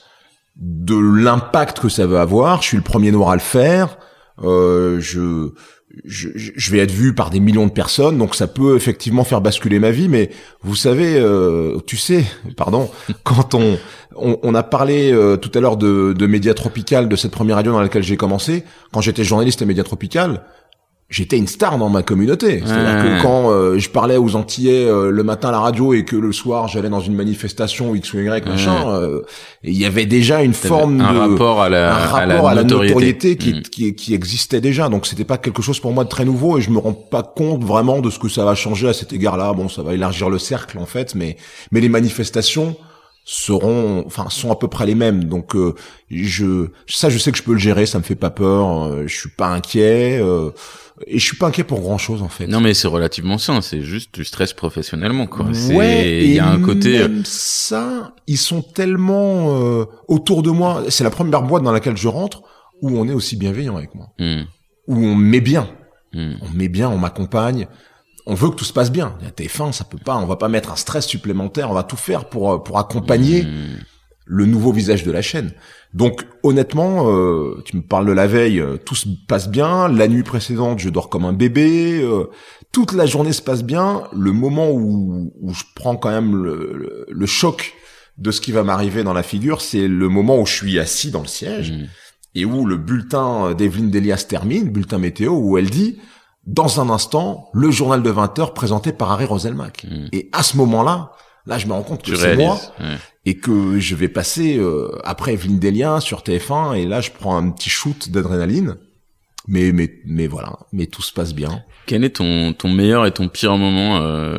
Speaker 3: de l'impact que ça va avoir. Je suis le premier noir à le faire. Euh, je, je, je vais être vu par des millions de personnes, donc ça peut effectivement faire basculer ma vie. Mais vous savez, euh, tu sais, pardon, quand on on, on a parlé euh, tout à l'heure de, de Média Tropical, de cette première radio dans laquelle j'ai commencé. Quand j'étais journaliste à Média Tropical, j'étais une star dans ma communauté. C'est-à-dire
Speaker 2: Ouais.
Speaker 3: que quand euh, je parlais aux Antillais euh, le matin à la radio et que le soir j'allais dans une manifestation X ou Y, machin, euh, il y avait déjà une forme
Speaker 2: un
Speaker 3: de
Speaker 2: rapport à la,
Speaker 3: un
Speaker 2: à
Speaker 3: rapport
Speaker 2: la
Speaker 3: à la
Speaker 2: notoriété,
Speaker 3: notoriété qui,
Speaker 2: Mm.
Speaker 3: qui qui existait déjà. Donc c'était pas quelque chose pour moi de très nouveau et je me rends pas compte vraiment de ce que ça va changer à cet égard-là. Bon, ça va élargir le cercle en fait, mais mais les manifestations seront enfin sont à peu près les mêmes. Donc euh, je ça je sais que je peux le gérer, ça me fait pas peur, euh, je suis pas inquiet euh, et je suis pas inquiet pour grand-chose en fait.
Speaker 2: Non, mais c'est relativement sain. C'est juste du stress professionnellement, quoi. C'est,
Speaker 3: Ouais,
Speaker 2: il y a
Speaker 3: et
Speaker 2: un côté.
Speaker 3: même ça, ils sont tellement euh, autour de moi. C'est la première boîte dans laquelle je rentre où on est aussi bienveillant avec moi,
Speaker 2: Mm.
Speaker 3: où on me met bien,
Speaker 2: Mm.
Speaker 3: on me met bien, on m'accompagne. On veut que tout se passe bien. La T F un, ça peut pas, on va pas mettre un stress supplémentaire, on va tout faire pour pour accompagner
Speaker 2: Mm.
Speaker 3: le nouveau visage de la chaîne. Donc honnêtement, euh, tu me parles de la veille, euh, tout se passe bien. La nuit précédente, je dors comme un bébé. Euh, toute la journée se passe bien. Le moment où, où je prends quand même le, le, le choc de ce qui va m'arriver dans la figure, c'est le moment où je suis assis dans le siège
Speaker 2: Mm.
Speaker 3: et où le bulletin d'Evelyne Delia se termine, bulletin météo, où elle dit « Dans un instant, le journal de vingt heures présenté par Harry Roselmack
Speaker 2: Mm. ».
Speaker 3: Et à ce moment-là, là, je me rends compte que
Speaker 2: Tu
Speaker 3: c'est moi
Speaker 2: réalises. Ouais.
Speaker 3: et que je vais passer euh, après Evelyne Delia sur T F un et là, je prends un petit shoot d'adrénaline. Mais mais mais voilà, mais tout se passe bien.
Speaker 2: Quel est ton ton meilleur et ton pire moment euh,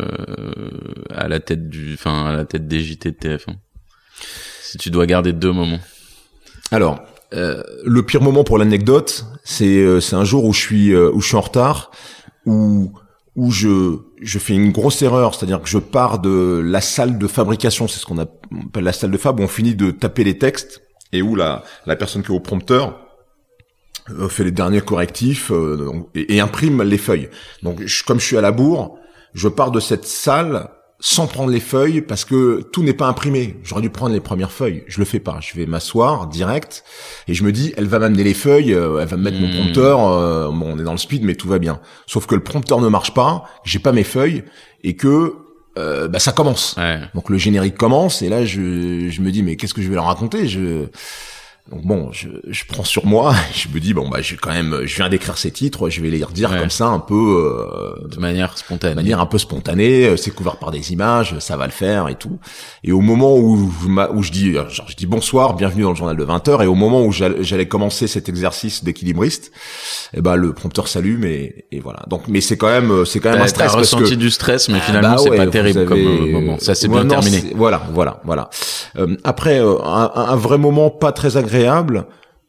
Speaker 2: à la tête du, enfin à la tête des J T de T F un? Si tu dois garder deux moments.
Speaker 3: Alors, euh, le pire moment pour l'anecdote, c'est euh, c'est un jour où je suis euh, où je suis en retard, où où je je fais une grosse erreur, c'est-à-dire que je pars de la salle de fabrication, c'est ce qu'on appelle la salle de fab, où on finit de taper les textes et où la la personne qui est au prompteur euh, fait les derniers correctifs euh, donc, et, et imprime les feuilles. Donc je, comme je suis à la bourre, je pars de cette salle sans prendre les feuilles parce que tout n'est pas imprimé. J'aurais dû prendre les premières feuilles. Je le fais pas. Je vais m'asseoir direct et je me dis, elle va m'amener les feuilles, euh, elle va me mettre
Speaker 2: Mmh.
Speaker 3: mon prompteur. Euh, bon, on est dans le speed, mais tout va bien. Sauf que le prompteur ne marche pas, j'ai pas mes feuilles et que euh, bah ça commence.
Speaker 2: Ouais.
Speaker 3: Donc le générique commence et là je je me dis mais qu'est-ce que je vais leur raconter? Je Donc bon, je, je prends sur moi, je me dis bon bah je vais quand même, je viens d'écrire ces titres, je vais les redire
Speaker 2: Ouais.
Speaker 3: comme ça un peu euh,
Speaker 2: De manière spontanée.
Speaker 3: de manière un peu spontanée, euh, c'est couvert par des images, ça va le faire et tout. Et au moment où je, m'a- où je dis, euh, genre je dis bonsoir, bienvenue dans le journal de vingt heures, et au moment où j'allais, j'allais commencer cet exercice d'équilibriste, eh ben le prompteur s'allume et, et voilà. Donc mais c'est quand même, euh, c'est quand même
Speaker 2: T'as,
Speaker 3: un stress
Speaker 2: t'as
Speaker 3: parce
Speaker 2: ressenti
Speaker 3: que
Speaker 2: du stress, mais
Speaker 3: Ah,
Speaker 2: finalement
Speaker 3: bah
Speaker 2: c'est
Speaker 3: ouais,
Speaker 2: pas
Speaker 3: vous
Speaker 2: terrible
Speaker 3: avez-
Speaker 2: comme euh, moment. Ça s'est
Speaker 3: Ouais,
Speaker 2: bien
Speaker 3: non,
Speaker 2: terminé.
Speaker 3: c'est- Voilà, voilà, voilà. Euh, après, euh, un, un vrai moment pas très agréable,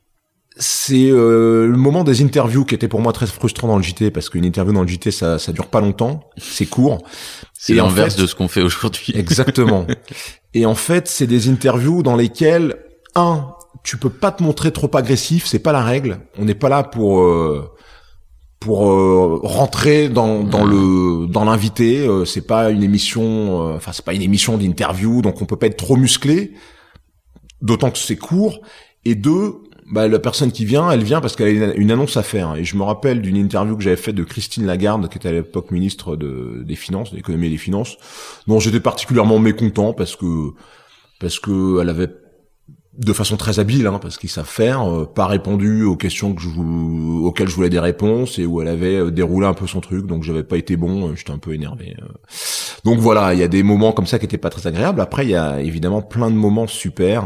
Speaker 3: c'est euh, le moment des interviews qui était pour moi très frustrant dans le J T parce qu'une interview dans le J T ça ça dure pas longtemps, c'est court.
Speaker 2: C'est
Speaker 3: Et en
Speaker 2: l'inverse
Speaker 3: fait-
Speaker 2: de ce qu'on fait aujourd'hui.
Speaker 3: Exactement. Et en fait, c'est des interviews dans lesquelles un, tu peux pas te montrer trop agressif, c'est pas la règle. On n'est pas là pour euh, pour euh, rentrer dans dans le dans l'invité, euh, c'est pas une émission euh, enfin c'est pas une émission d'interview, donc on peut pas être trop musclé, d'autant que c'est court. Et deux, bah la personne qui vient, elle vient parce qu'elle a une, une annonce à faire. Et je me rappelle d'une interview que j'avais faite de Christine Lagarde, qui était à l'époque ministre de des Finances, de l'économie et des Finances, dont j'étais particulièrement mécontent parce que parce que elle avait de façon très habile, hein, parce qu'ils savent faire, euh, pas répondu aux questions que je, vou- auxquelles je voulais des réponses et où elle avait euh, déroulé un peu son truc, donc j'avais pas été bon, euh, j'étais un peu énervé. euh. Donc voilà, il y a des moments comme ça qui étaient pas très agréables. Après, il y a évidemment plein de moments super.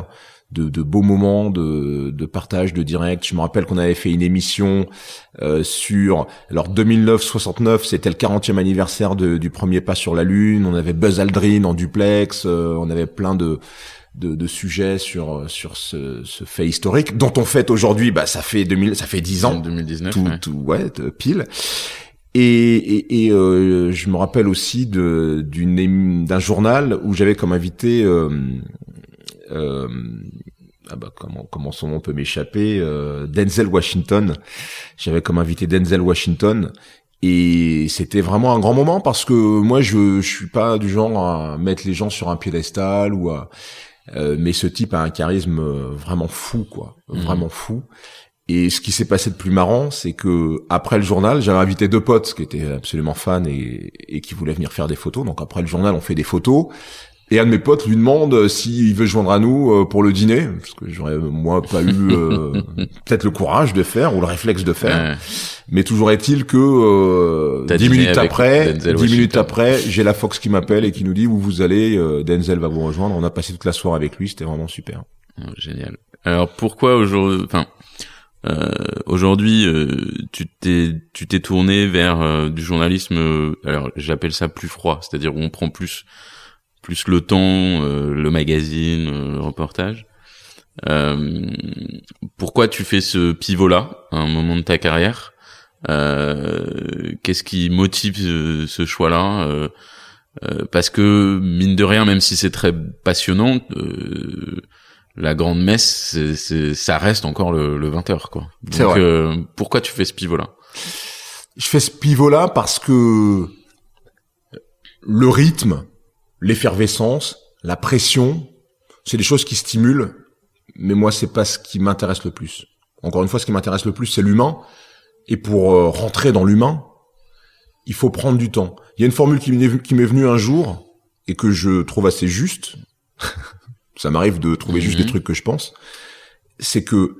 Speaker 3: de, de beaux moments de, de partage, de direct. Je me rappelle qu'on avait fait une émission euh, sur, alors deux mille neuf soixante-neuf, c'était le quarantième anniversaire de, du premier pas sur la Lune. On avait Buzz Aldrin en duplex, euh, on avait plein de De, de sujets sur sur ce, ce fait historique dont on fête aujourd'hui, bah ça fait deux mille, ça fait dix ans,
Speaker 2: deux mille dix-neuf,
Speaker 3: tout,
Speaker 2: ouais.
Speaker 3: tout ouais, pile. Et et, et euh, je me rappelle aussi de d'une d'un journal où j'avais comme invité euh, euh, ah bah comment comment son nom peut m'échapper, euh, Denzel Washington. J'avais comme invité Denzel Washington. Et c'était vraiment un grand moment parce que moi je je suis pas du genre à mettre les gens sur un piédestal ou à Euh, mais ce type a un charisme vraiment fou, quoi, mmh. vraiment fou. Et ce qui s'est passé de plus marrant, c'est que après le journal, j'avais invité deux potes qui étaient absolument fans et, et qui voulaient venir faire des photos. Donc après le journal, on fait des photos. Et un de mes potes lui demande s'il veut joindre à nous pour le dîner, parce que j'aurais moi pas eu euh, peut-être le courage de faire ou le réflexe de faire. Ouais. Mais toujours est-il que euh, dix minutes après, dix minutes après, j'ai la Fox qui m'appelle et qui nous dit où vous allez. Euh, Denzel va vous rejoindre. On a passé toute la soirée avec lui, c'était vraiment super.
Speaker 2: Oh, génial. Alors pourquoi aujourd'hui, enfin euh, aujourd'hui, euh, tu t'es tu t'es tourné vers euh, du journalisme. Euh, alors j'appelle ça plus froid, c'est-à-dire où on prend plus plus le temps, euh, le magazine, euh, le reportage. Euh, pourquoi tu fais ce pivot-là à un moment de ta carrière? Euh, qu'est-ce qui motive ce, ce choix-là? euh, euh, Parce que mine de rien, même si c'est très passionnant, euh, la grande messe, c'est, c'est, ça reste encore le, le vingt heures, quoi. Donc,
Speaker 3: c'est vrai.
Speaker 2: Euh, pourquoi tu fais ce pivot-là?
Speaker 3: Je fais ce pivot-là parce que le rythme, l'effervescence, la pression, c'est des choses qui stimulent, mais moi c'est pas ce qui m'intéresse le plus. Encore une fois, ce qui m'intéresse le plus, c'est l'humain, et pour euh, rentrer dans l'humain, il faut prendre du temps. Il y a une formule qui m'est, qui m'est venue un jour, et que je trouve assez juste, ça m'arrive de trouver mmh. juste des trucs que je pense, c'est que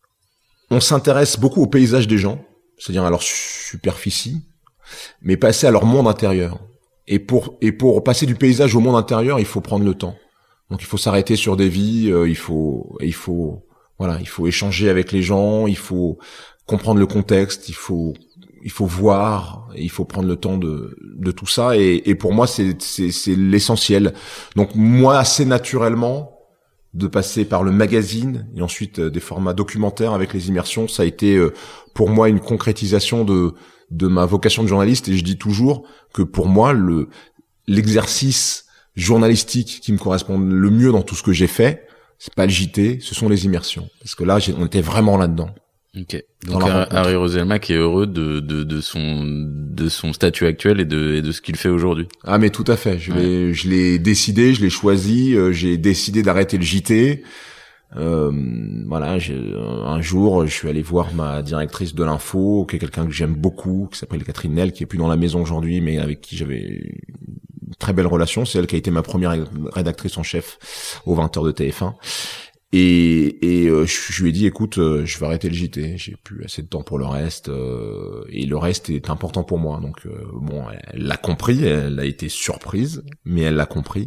Speaker 3: on s'intéresse beaucoup au paysage des gens, c'est-à-dire à leur superficie, mais pas assez à leur monde intérieur. Et pour et pour passer du paysage au monde intérieur, il faut prendre le temps. Donc il faut s'arrêter sur des vies, euh, il faut il faut voilà, il faut échanger avec les gens, il faut comprendre le contexte, il faut il faut voir, il faut prendre le temps de de tout ça. Et, et pour moi, c'est c'est c'est l'essentiel. Donc moi, assez naturellement, de passer par le magazine et ensuite euh, des formats documentaires avec les immersions, ça a été euh, pour moi une concrétisation de de ma vocation de journaliste. Et je dis toujours que pour moi, le l'exercice journalistique qui me correspond le mieux dans tout ce que j'ai fait, c'est pas le J T, ce sont les immersions. Parce que là, j'ai, on était vraiment là-dedans.
Speaker 2: Ok. Donc Harry Roselmack est heureux de, de, de son, de son statut actuel et de, et de ce qu'il fait aujourd'hui.
Speaker 3: Ah, mais tout à fait. Je ouais. l'ai, je l'ai décidé, je l'ai choisi, euh, j'ai décidé d'arrêter le J T. Euh, voilà, j'ai, un jour, je suis allé voir ma directrice de l'info, qui est quelqu'un que j'aime beaucoup, qui s'appelle Catherine Nel, qui est plus dans la maison aujourd'hui, mais avec qui j'avais une très belle relation. C'est elle qui a été ma première rédactrice en chef aux vingt heures de T F un. Et, et euh, je, je lui ai dit, écoute, euh, je vais arrêter le J T, j'ai plus assez de temps pour le reste, euh, et le reste est important pour moi. Donc euh, bon, elle l'a compris, elle a été surprise, mais elle l'a compris.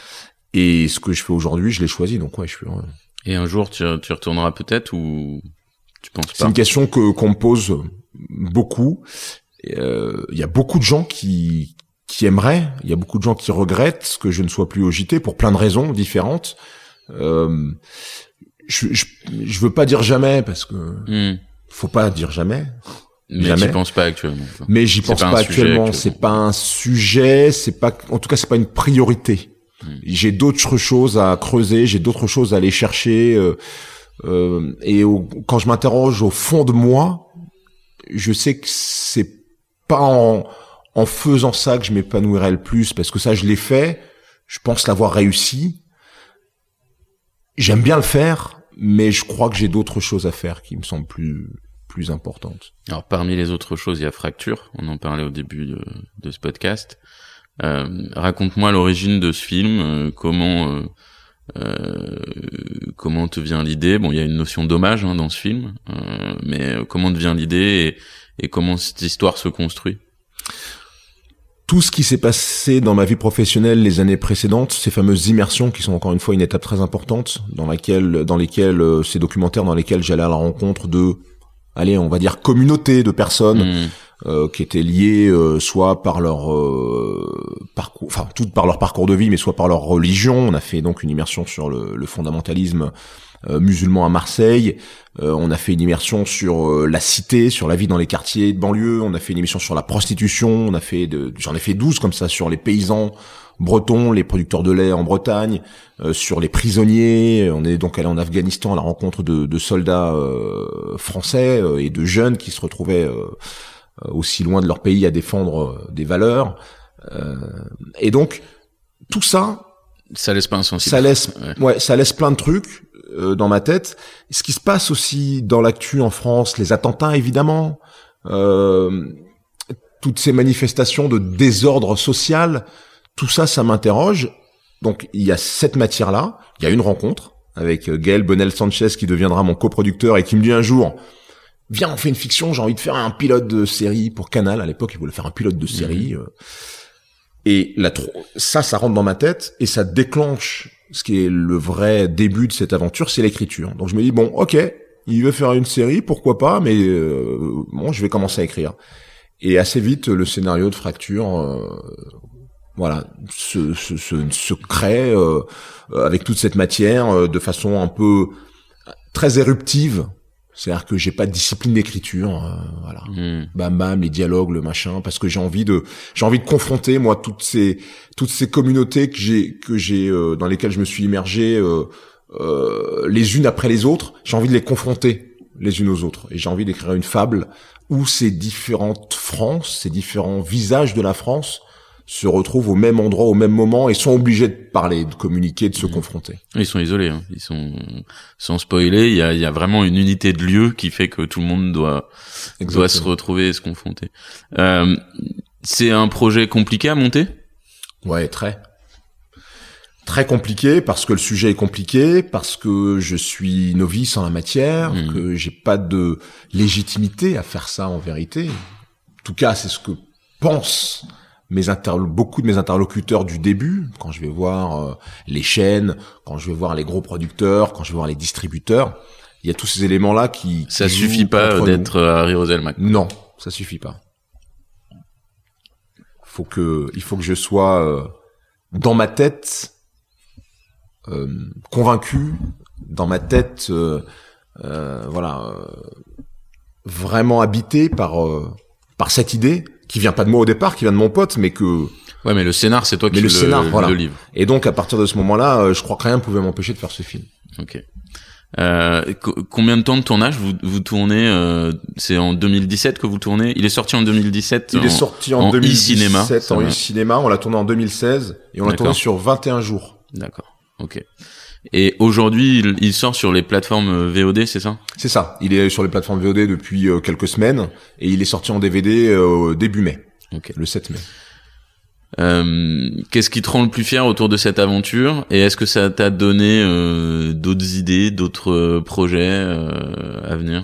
Speaker 3: Et ce que je fais aujourd'hui, je l'ai choisi, donc ouais, je suis heureux.
Speaker 2: Et un jour, tu, tu retourneras peut-être ou tu penses pas?
Speaker 3: C'est une question que qu'on me pose beaucoup. Il euh, y a beaucoup de gens qui qui aimeraient, il y a beaucoup de gens qui regrettent que je ne sois plus au J T pour plein de raisons différentes. Euh, je, je je veux pas dire jamais parce que mm. faut pas dire jamais.
Speaker 2: Mais
Speaker 3: jamais.
Speaker 2: j'y pense pas actuellement. Quoi.
Speaker 3: Mais j'y pense pas, pas actuellement. actuellement. C'est pas un sujet. C'est pas, en tout cas, c'est pas une priorité. Mm. J'ai d'autres choses à creuser. J'ai d'autres choses à aller chercher. Euh, euh, et au, quand je m'interroge au fond de moi, je sais que c'est pas en en faisant ça que je m'épanouirai le plus, parce que ça, je l'ai fait. Je pense l'avoir réussi. J'aime bien le faire, mais je crois que j'ai d'autres choses à faire qui me semblent plus plus importantes.
Speaker 2: Alors parmi les autres choses, il y a Fracture. On en parlait au début de, de ce podcast. Euh, raconte-moi l'origine de ce film. Euh, comment euh, euh, comment te vient l'idée? Bon, il y a une notion d'hommage hein, dans ce film, euh, mais comment te vient l'idée et, et comment cette histoire se construit?
Speaker 3: tout ce qui s'est passé dans ma vie professionnelle les années précédentes, ces fameuses immersions qui sont encore une fois une étape très importante, dans laquelle, dans lesquelles, euh, ces documentaires dans lesquels j'allais à la rencontre de, allez, on va dire communauté de personnes mmh. euh, qui étaient liées euh, soit par leur euh, parcours, enfin toutes par leur parcours de vie, mais soit par leur religion. On a fait donc une immersion sur le, le fondamentalisme euh, musulman à Marseille. Euh, on a fait une immersion sur euh, la cité, sur la vie dans les quartiers de banlieue. On a fait une émission sur la prostitution. On a fait, de, j'en ai fait douze comme ça sur les paysans bretons, les producteurs de lait en Bretagne, euh, sur les prisonniers. On est donc allé en Afghanistan à la rencontre de, de soldats euh, français euh, et de jeunes qui se retrouvaient euh, aussi loin de leur pays à défendre euh, des valeurs. Euh, et donc tout ça,
Speaker 2: ça laisse pas insensible.
Speaker 3: Ça laisse,
Speaker 2: ouais.
Speaker 3: ouais, ça laisse plein de trucs euh, dans ma tête. Ce qui se passe aussi dans l'actu en France, les attentats évidemment, euh, toutes ces manifestations de désordre social. Tout ça, ça m'interroge. Donc, il y a cette matière-là. Il y a une rencontre avec Gaël Bonel-Sanchez qui deviendra mon coproducteur et qui me dit un jour, viens, on fait une fiction, j'ai envie de faire un pilote de série pour Canal. À l'époque, il voulait faire un pilote de série. Mmh. Et là, ça, ça rentre dans ma tête et ça déclenche ce qui est le vrai début de cette aventure, c'est l'écriture. Donc, je me dis, bon, ok, il veut faire une série, pourquoi pas, mais euh, bon, je vais commencer à écrire. Et assez vite, le scénario de Fracture... Euh, voilà, se, se, se, se crée euh, avec toute cette matière euh, de façon un peu très éruptive. C'est-à-dire que j'ai pas de discipline d'écriture, euh, voilà. Mmh. Bam bam, les dialogues, le machin, parce que j'ai envie de, j'ai envie de confronter moi toutes ces, toutes ces communautés que j'ai, que j'ai euh, dans lesquelles je me suis immergé euh, euh, les unes après les autres. J'ai envie de les confronter les unes aux autres, et j'ai envie d'écrire une fable où ces différentes France, ces différents visages de la France se retrouvent au même endroit, au même moment, et sont obligés de parler, de communiquer, de se mmh. confronter.
Speaker 2: Ils sont isolés, hein. Ils sont, sans spoiler, il y a, il y a vraiment une unité de lieu qui fait que tout le monde doit, Exactement. doit se retrouver et se confronter. Euh, c'est un projet compliqué à monter?
Speaker 3: Ouais, très. Très compliqué, parce que le sujet est compliqué, parce que je suis novice en la matière, mmh. que j'ai pas de légitimité à faire ça en vérité. En tout cas, c'est ce que pense mes interlo- beaucoup de mes interlocuteurs du début, quand je vais voir euh, les chaînes, quand je vais voir les gros producteurs, quand je vais voir les distributeurs, il y a tous ces éléments-là qui...
Speaker 2: Ça
Speaker 3: qui
Speaker 2: suffit pas d'être nous. Harry Roselmack.
Speaker 3: Non, ça suffit pas. Faut que, il faut que je sois euh, dans ma tête euh, convaincu, dans ma tête, euh, euh, voilà, euh, vraiment habité par euh, par cette idée. Qui vient pas de moi au départ, qui vient de mon pote, mais que...
Speaker 2: Ouais, mais le scénar, c'est toi qui
Speaker 3: mais le,
Speaker 2: le,
Speaker 3: scénar,
Speaker 2: le,
Speaker 3: voilà.
Speaker 2: le livre.
Speaker 3: Et donc, à partir de ce moment-là, euh, je crois que rien ne pouvait m'empêcher de faire ce film.
Speaker 2: Ok. Euh, co- combien de temps de tournage vous, vous tournez euh, c'est en deux mille dix-sept que vous tournez? Il est sorti en deux mille dix-sept.
Speaker 3: Il
Speaker 2: en,
Speaker 3: est sorti en,
Speaker 2: en
Speaker 3: deux mille dix-sept,
Speaker 2: e-cinéma.
Speaker 3: en e-cinéma. On l'a tourné en deux mille seize et on l'a tourné sur vingt et un jours.
Speaker 2: D'accord. Ok. Et aujourd'hui, il, il sort sur les plateformes V O D, c'est ça? C'est
Speaker 3: ça. Il est sur les plateformes V O D depuis euh, quelques semaines et il est sorti en D V D euh, début mai.
Speaker 2: Okay.
Speaker 3: Le sept mai.
Speaker 2: Euh, qu'est-ce qui te rend le plus fier autour de cette aventure? Et est-ce que ça t'a donné euh, d'autres idées, d'autres euh, projets euh, à venir?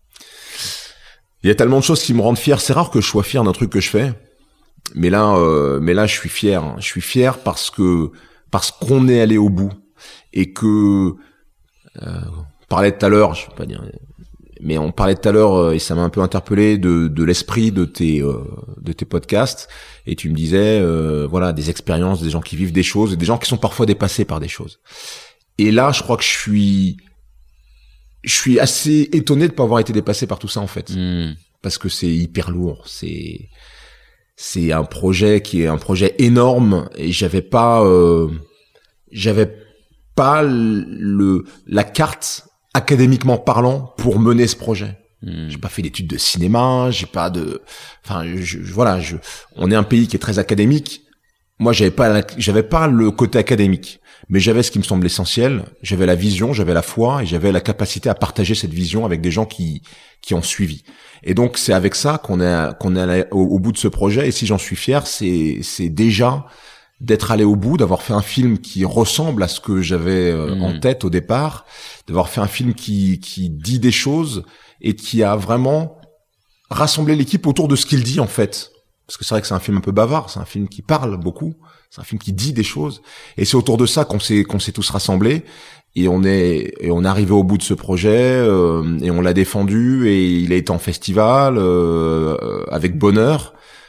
Speaker 3: Il y a tellement de choses qui me rendent fier. C'est rare que je sois fier d'un truc que je fais, mais là, euh, mais là, je suis fier. Je suis fier parce que parce qu'on est allé au bout et que euh, on parlait tout à l'heure, je vais pas dire. Mais on parlait tout à l'heure, et ça m'a un peu interpellé, de, de l'esprit de tes, euh, de tes podcasts. Et tu me disais, euh, voilà, des expériences, des gens qui vivent des choses, et des gens qui sont parfois dépassés par des choses. Et là, je crois que je suis, je suis assez étonné de pas avoir été dépassé par tout ça, en fait. Mmh. Parce que c'est hyper lourd. C'est, c'est un projet qui est un projet énorme, et j'avais pas, euh, j'avais pas le, la carte, académiquement parlant, pour mener ce projet. Mmh. J'ai pas fait d'études de cinéma, j'ai pas de, enfin, je, je, voilà, je, on est un pays qui est très académique. Moi, j'avais pas, la, j'avais pas le côté académique, mais j'avais ce qui me semble essentiel. J'avais la vision, j'avais la foi, et j'avais la capacité à partager cette vision avec des gens qui, qui ont suivi. Et donc, c'est avec ça qu'on est, qu'on est allé au, au bout de ce projet. Et si j'en suis fier, c'est, c'est déjà d'être allé au bout, d'avoir fait un film qui ressemble à ce que j'avais euh, mmh. en tête au départ, d'avoir fait un film qui qui dit des choses et qui a vraiment rassemblé l'équipe autour de ce qu'il dit en fait. Parce que c'est vrai que c'est un film un peu bavard, c'est un film qui parle beaucoup, c'est un film qui dit des choses, et c'est autour de ça qu'on s'est qu'on s'est tous rassemblés, et on est et on est arrivé au bout de ce projet, euh, et on l'a défendu, et il a été en festival euh, avec bonheur,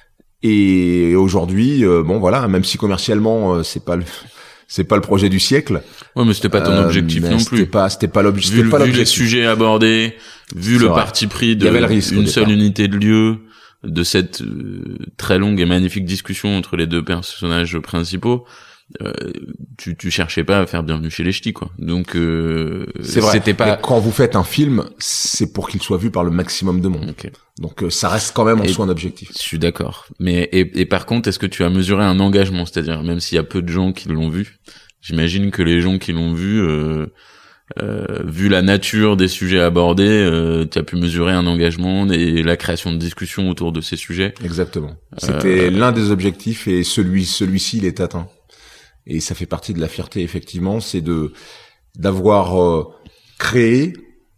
Speaker 3: et aujourd'hui, euh, bon voilà, même si commercialement euh, c'est pas le c'est pas le projet du siècle.
Speaker 2: Ouais, mais c'était pas ton
Speaker 3: euh,
Speaker 2: objectif non plus.
Speaker 3: C'était pas c'était pas l'objectif.
Speaker 2: Vu,
Speaker 3: pas
Speaker 2: vu
Speaker 3: l'objectif.
Speaker 2: les sujets abordés, vu
Speaker 3: C'est
Speaker 2: le
Speaker 3: vrai.
Speaker 2: parti pris de
Speaker 3: Il y avait le risque au
Speaker 2: une seule
Speaker 3: départ.
Speaker 2: unité de lieu, de cette euh, très longue et magnifique discussion entre les deux personnages principaux, euh, tu tu cherchais pas à faire Bienvenue chez les Ch'tis, quoi. Donc euh,
Speaker 3: C'est vrai.
Speaker 2: c'était pas
Speaker 3: Mais quand vous faites un film, c'est pour qu'il soit vu par le maximum de monde.
Speaker 2: Ok.
Speaker 3: Donc euh, ça reste quand même en
Speaker 2: Et-
Speaker 3: soi un objectif.
Speaker 2: Je suis d'accord. Mais et, et par contre, est-ce que tu as mesuré un engagement, c'est-à-dire même s'il y a peu de gens qui l'ont vu, j'imagine que les gens qui l'ont vu, euh, euh, vu la nature des sujets abordés, euh, tu as pu mesurer un engagement et la création de discussions autour de ces sujets.
Speaker 3: Exactement. C'était l'un des objectifs, et celui celui-ci il est atteint. Et ça fait partie de la fierté, effectivement, c'est de d'avoir euh, créé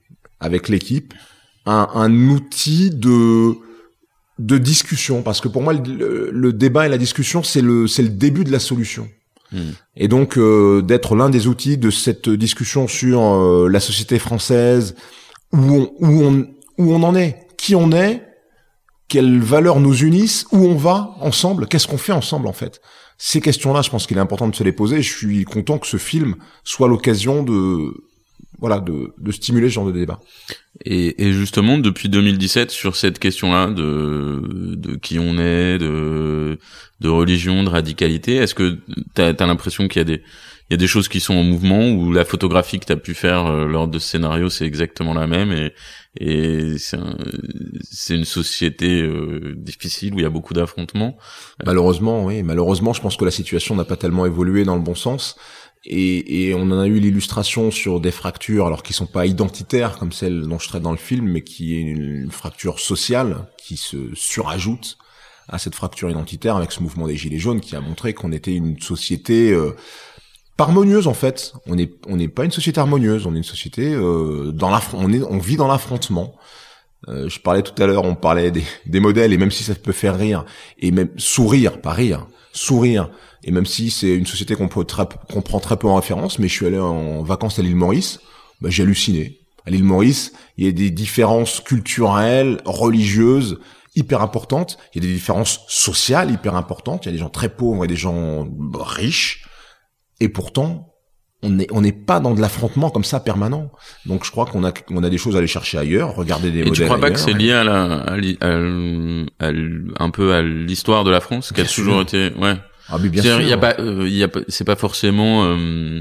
Speaker 3: avec l'équipe un, un outil de de discussion, parce que pour moi le, le débat et la discussion c'est le c'est le début de la solution.
Speaker 2: Hmm.
Speaker 3: Et donc euh, d'être l'un des outils de cette discussion sur euh, la société française, où on où on où on en est, qui on est, quelles valeurs nous unissent, où on va ensemble, qu'est-ce qu'on fait ensemble en fait. Ces questions-là, je pense qu'il est important de se les poser. Je suis content que ce film soit l'occasion de voilà de de stimuler ce genre de débat.
Speaker 2: Et, et justement, depuis deux mille dix-sept, sur cette question-là de de qui on est, de de religion, de radicalité, est-ce que t'as t'as l'impression qu'il y a des il y a des choses qui sont en mouvement, ou la photographie que t'as pu faire euh, lors de ce scénario, c'est exactement la même, et et c'est un, c'est une société euh, difficile où il y a beaucoup d'affrontements.
Speaker 3: Malheureusement, oui, malheureusement, je pense que la situation n'a pas tellement évolué dans le bon sens. Et, et on en a eu l'illustration sur des fractures, alors qui sont pas identitaires comme celle dont je traite dans le film, mais qui est une fracture sociale qui se surajoute à cette fracture identitaire, avec ce mouvement des Gilets jaunes qui a montré qu'on était une société euh, harmonieuse en fait. On n'est on n'est pas une société harmonieuse, on est une société euh, dans la on est on vit dans l'affrontement. Euh, je parlais tout à l'heure, on parlait des, des modèles, et même si ça peut faire rire, et même sourire, pas rire, sourire, et même si c'est une société qu'on peut très, qu'on prend très peu en référence, mais je suis allé en vacances à l'île Maurice, bah, j'ai halluciné. À l'île Maurice, il y a des différences culturelles, religieuses, hyper importantes, il y a des différences sociales hyper importantes, il y a des gens très pauvres et des gens riches, et pourtant, on n'est on n'est pas dans de l'affrontement comme ça permanent. Donc je crois qu'on a on a des choses à aller chercher ailleurs, regarder des
Speaker 2: Et
Speaker 3: modèles.
Speaker 2: tu crois pas
Speaker 3: ailleurs,
Speaker 2: que c'est
Speaker 3: et...
Speaker 2: lié à la à, li- à, l- à l- un peu à l'histoire de la France, qui a
Speaker 3: Bien
Speaker 2: toujours
Speaker 3: sûr.
Speaker 2: été ouais.
Speaker 3: Ah mais bien
Speaker 2: C'est-à-dire,
Speaker 3: sûr.
Speaker 2: il y a pas euh, il y a pas c'est pas forcément euh,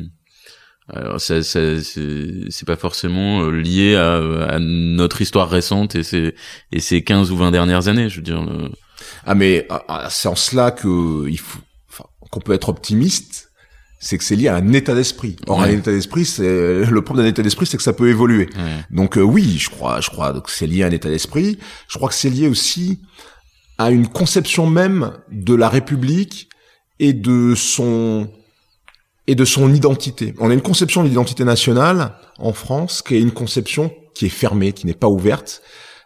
Speaker 2: alors ça, ça c'est c'est pas forcément euh, lié à, à notre histoire récente et ces et ces quinze ou vingt dernières années, je veux dire. Le...
Speaker 3: Ah mais ah, ah, c'est en cela que il faut enfin, qu'on peut être optimiste. C'est que c'est lié à un état d'esprit. Or,
Speaker 2: Ouais.
Speaker 3: un état d'esprit, c'est le problème d'un état d'esprit, c'est que ça peut évoluer.
Speaker 2: Ouais.
Speaker 3: Donc euh, oui, je crois, je crois que c'est lié à un état d'esprit. Je crois que c'est lié aussi à une conception même de la République et de son et de son identité. On a une conception de l'identité nationale en France qui est une conception qui est fermée, qui n'est pas ouverte,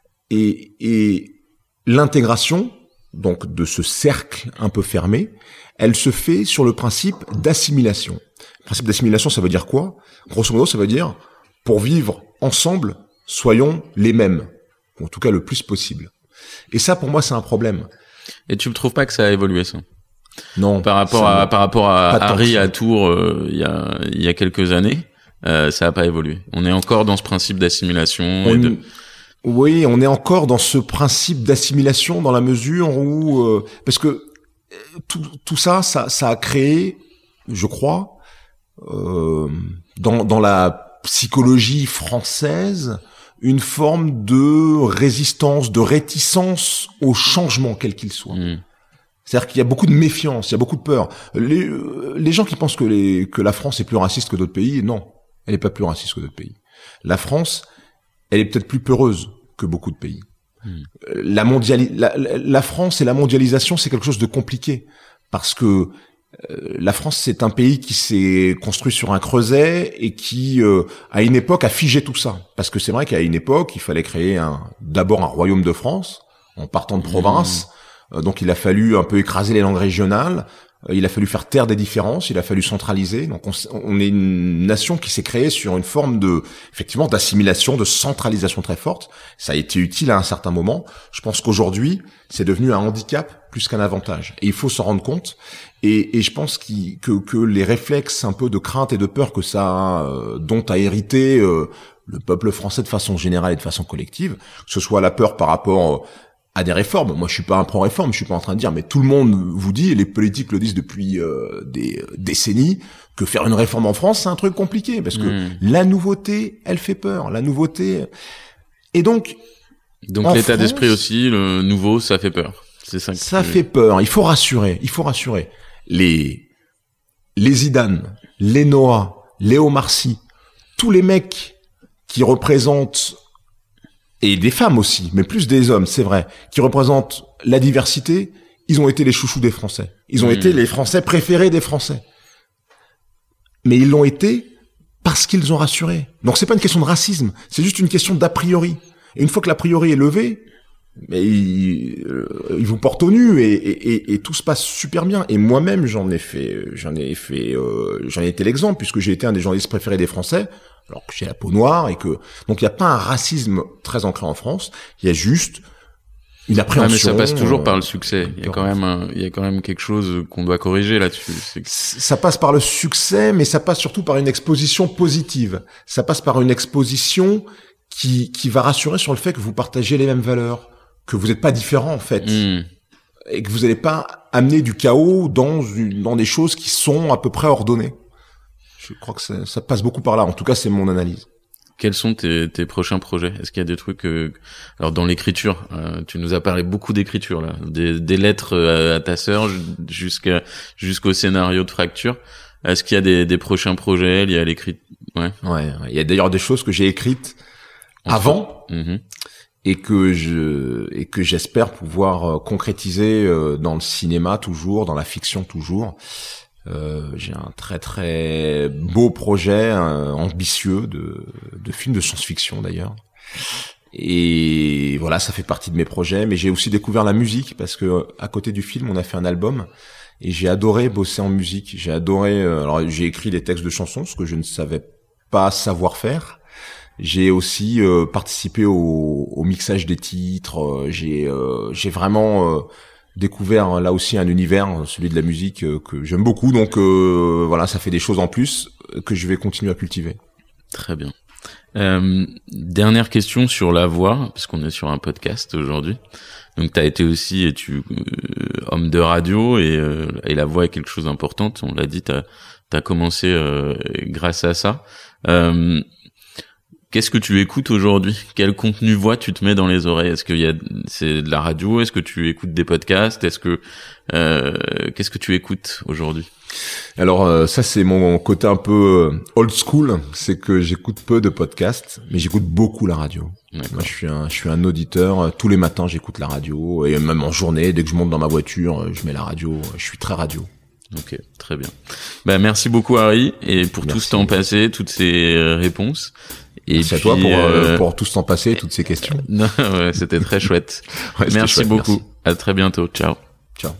Speaker 3: et, et l'intégration donc de ce cercle un peu fermé, elle se fait sur le principe d'assimilation. Le principe d'assimilation, ça veut dire quoi? Grosso modo, ça veut dire, pour vivre ensemble, soyons les mêmes, ou en tout cas le plus possible. Et ça, pour moi, c'est un problème.
Speaker 2: Et tu ne trouves pas que ça a évolué, ça?
Speaker 3: Non.
Speaker 2: Par rapport
Speaker 3: ça
Speaker 2: à
Speaker 3: n'a
Speaker 2: par rapport à
Speaker 3: pas tant que
Speaker 2: Harry
Speaker 3: ça.
Speaker 2: à Tours, euh, il y a il y a quelques années, euh, ça a pas évolué. On est encore dans ce principe d'assimilation.
Speaker 3: On-
Speaker 2: Et de...
Speaker 3: Oui, on est encore dans ce principe d'assimilation dans la mesure où, euh, parce que euh, tout, tout ça, ça, ça a créé, je crois, euh, dans, dans la psychologie française, une forme de résistance, de réticence au changement, quel qu'il soit.
Speaker 2: Mm.
Speaker 3: C'est-à-dire qu'il y a beaucoup de méfiance, il y a beaucoup de peur. Les, euh, les gens qui pensent que, les, que la France est plus raciste que d'autres pays, non, elle n'est pas plus raciste que d'autres pays. La France, elle est peut-être plus peureuse que beaucoup de pays.
Speaker 2: Mm.
Speaker 3: Euh, La, mondiali- la, la, la France et la mondialisation, c'est quelque chose de compliqué, parce que euh, la France, c'est un pays qui s'est construit sur un creuset et qui, euh, à une époque, a figé tout ça. Parce que c'est vrai qu'à une époque, il fallait créer un, d'abord un royaume de France, en partant de province, Euh, donc il a fallu un peu écraser les langues régionales. Euh, il a fallu faire taire des différences. Il a fallu centraliser. Donc on, on est une nation qui s'est créée sur une forme de, effectivement, d'assimilation, de centralisation très forte. Ça a été utile à un certain moment. Je pense qu'aujourd'hui, c'est devenu un handicap plus qu'un avantage. Et il faut s'en rendre compte. Et, et je pense qu'il, que, que les réflexes un peu de crainte et de peur que ça a, euh, dont a hérité euh, le peuple français de façon générale et de façon collective, que ce soit la peur par rapport euh, à des réformes. Moi, je suis pas un pro-réforme, je suis pas en train de dire, mais tout le monde vous dit, et les politiques le disent depuis euh, des décennies, que faire une réforme en France, c'est un truc compliqué, parce que mmh. la nouveauté, elle fait peur. La nouveauté... Et donc...
Speaker 2: Donc l'état France, d'esprit aussi, le nouveau, ça fait peur. C'est ça.
Speaker 3: Ça fait peur. Il faut rassurer. Il faut rassurer. Les, les Zidane, les Noah, les Omar Sy, tous les mecs qui représentent, et des femmes aussi, mais plus des hommes, c'est vrai, qui représentent la diversité, ils ont été les chouchous des Français. Ils ont mmh. été les Français préférés des Français. Mais ils l'ont été parce qu'ils ont rassuré. Donc c'est pas une question de racisme, c'est juste une question d'a priori. Et une fois que l'a priori est levé, mais il, euh, il vous porte au nu et, et, et, et tout se passe super bien. Et moi-même, j'en ai fait, j'en ai fait, euh, j'en ai été l'exemple puisque j'ai été un des journalistes préférés des Français, alors que j'ai la peau noire et que donc il y a pas un racisme très ancré en France. Il y a juste une appréhension.
Speaker 2: Ouais, mais ça passe toujours euh, par le succès. Il y a quand même, un, il y a quand même quelque chose qu'on doit corriger là-dessus. C'est...
Speaker 3: Ça passe par le succès, mais ça passe surtout par une exposition positive. Ça passe par une exposition qui qui va rassurer sur le fait que vous partagez les mêmes valeurs, que vous n'êtes pas différents en fait, mmh. et que vous n'allez pas amener du chaos dans une, dans des choses qui sont à peu près ordonnées. Je crois que ça, ça passe beaucoup par là. En tout cas, c'est mon analyse.
Speaker 2: Quels sont tes, tes prochains projets? Est-ce qu'il y a des trucs euh, alors dans l'écriture, euh, tu nous as parlé beaucoup d'écriture là, des, des lettres à, à ta sœur jusqu'à jusqu'au scénario de Fracture. Est-ce qu'il y a des, des prochains projets liés à l'écriture? Ouais.
Speaker 3: Ouais. Il y a d'ailleurs des choses que j'ai écrites avant. Mmh. Et que je et que j'espère pouvoir euh, concrétiser euh, dans le cinéma toujours, dans la fiction toujours. Euh, j'ai un très très beau projet, euh, ambitieux de de film de science-fiction d'ailleurs. Et voilà, ça fait partie de mes projets. Mais j'ai aussi découvert la musique parce que à côté du film, on a fait un album et j'ai adoré bosser en musique. J'ai adoré. Euh, alors j'ai écrit des textes de chansons, ce que je ne savais pas savoir faire. J'ai aussi euh, participé au, au mixage des titres. Euh, j'ai, euh, j'ai vraiment euh, découvert là aussi un univers, celui de la musique, euh, que j'aime beaucoup. Donc euh, voilà, ça fait des choses en plus que je vais continuer à cultiver.
Speaker 2: Très bien. Euh, dernière question sur la voix, parce qu'on est sur un podcast aujourd'hui. Donc tu as été aussi et tu, euh, homme de radio et, euh, et la voix est quelque chose d'important. On l'a dit, tu as commencé euh, grâce à ça. Euh, Qu'est-ce que tu écoutes aujourd'hui? Quel contenu voix tu te mets dans les oreilles? Est-ce qu'il y a, c'est de la radio? Est-ce que tu écoutes des podcasts? Est-ce que, euh, qu'est-ce que tu écoutes aujourd'hui?
Speaker 3: Alors, euh, ça, c'est mon côté un peu old school. C'est que j'écoute peu de podcasts, mais j'écoute beaucoup la radio. D'accord. Moi, je suis un, je suis un auditeur. Tous les matins, j'écoute la radio. Et même en journée, dès que je monte dans ma voiture, je mets la radio. Je suis très radio.
Speaker 2: Ok, très bien. Ben, merci beaucoup, Harry, et pour merci. Tout ce temps passé, toutes ces euh, réponses. Et
Speaker 3: merci
Speaker 2: puis,
Speaker 3: à toi pour,
Speaker 2: euh,
Speaker 3: pour tout ce temps passé, toutes ces questions.
Speaker 2: Non, ouais, c'était très chouette. Ouais, merci chouette, beaucoup. Merci. À très bientôt. Ciao.
Speaker 3: Ciao.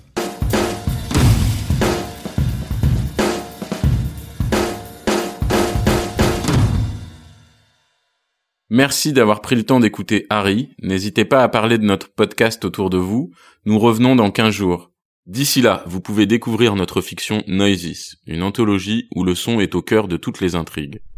Speaker 2: Merci d'avoir pris le temps d'écouter Harry. N'hésitez pas à parler de notre podcast autour de vous. Nous revenons dans quinze jours. D'ici là, vous pouvez découvrir notre fiction Noises, une anthologie où le son est au cœur de toutes les intrigues.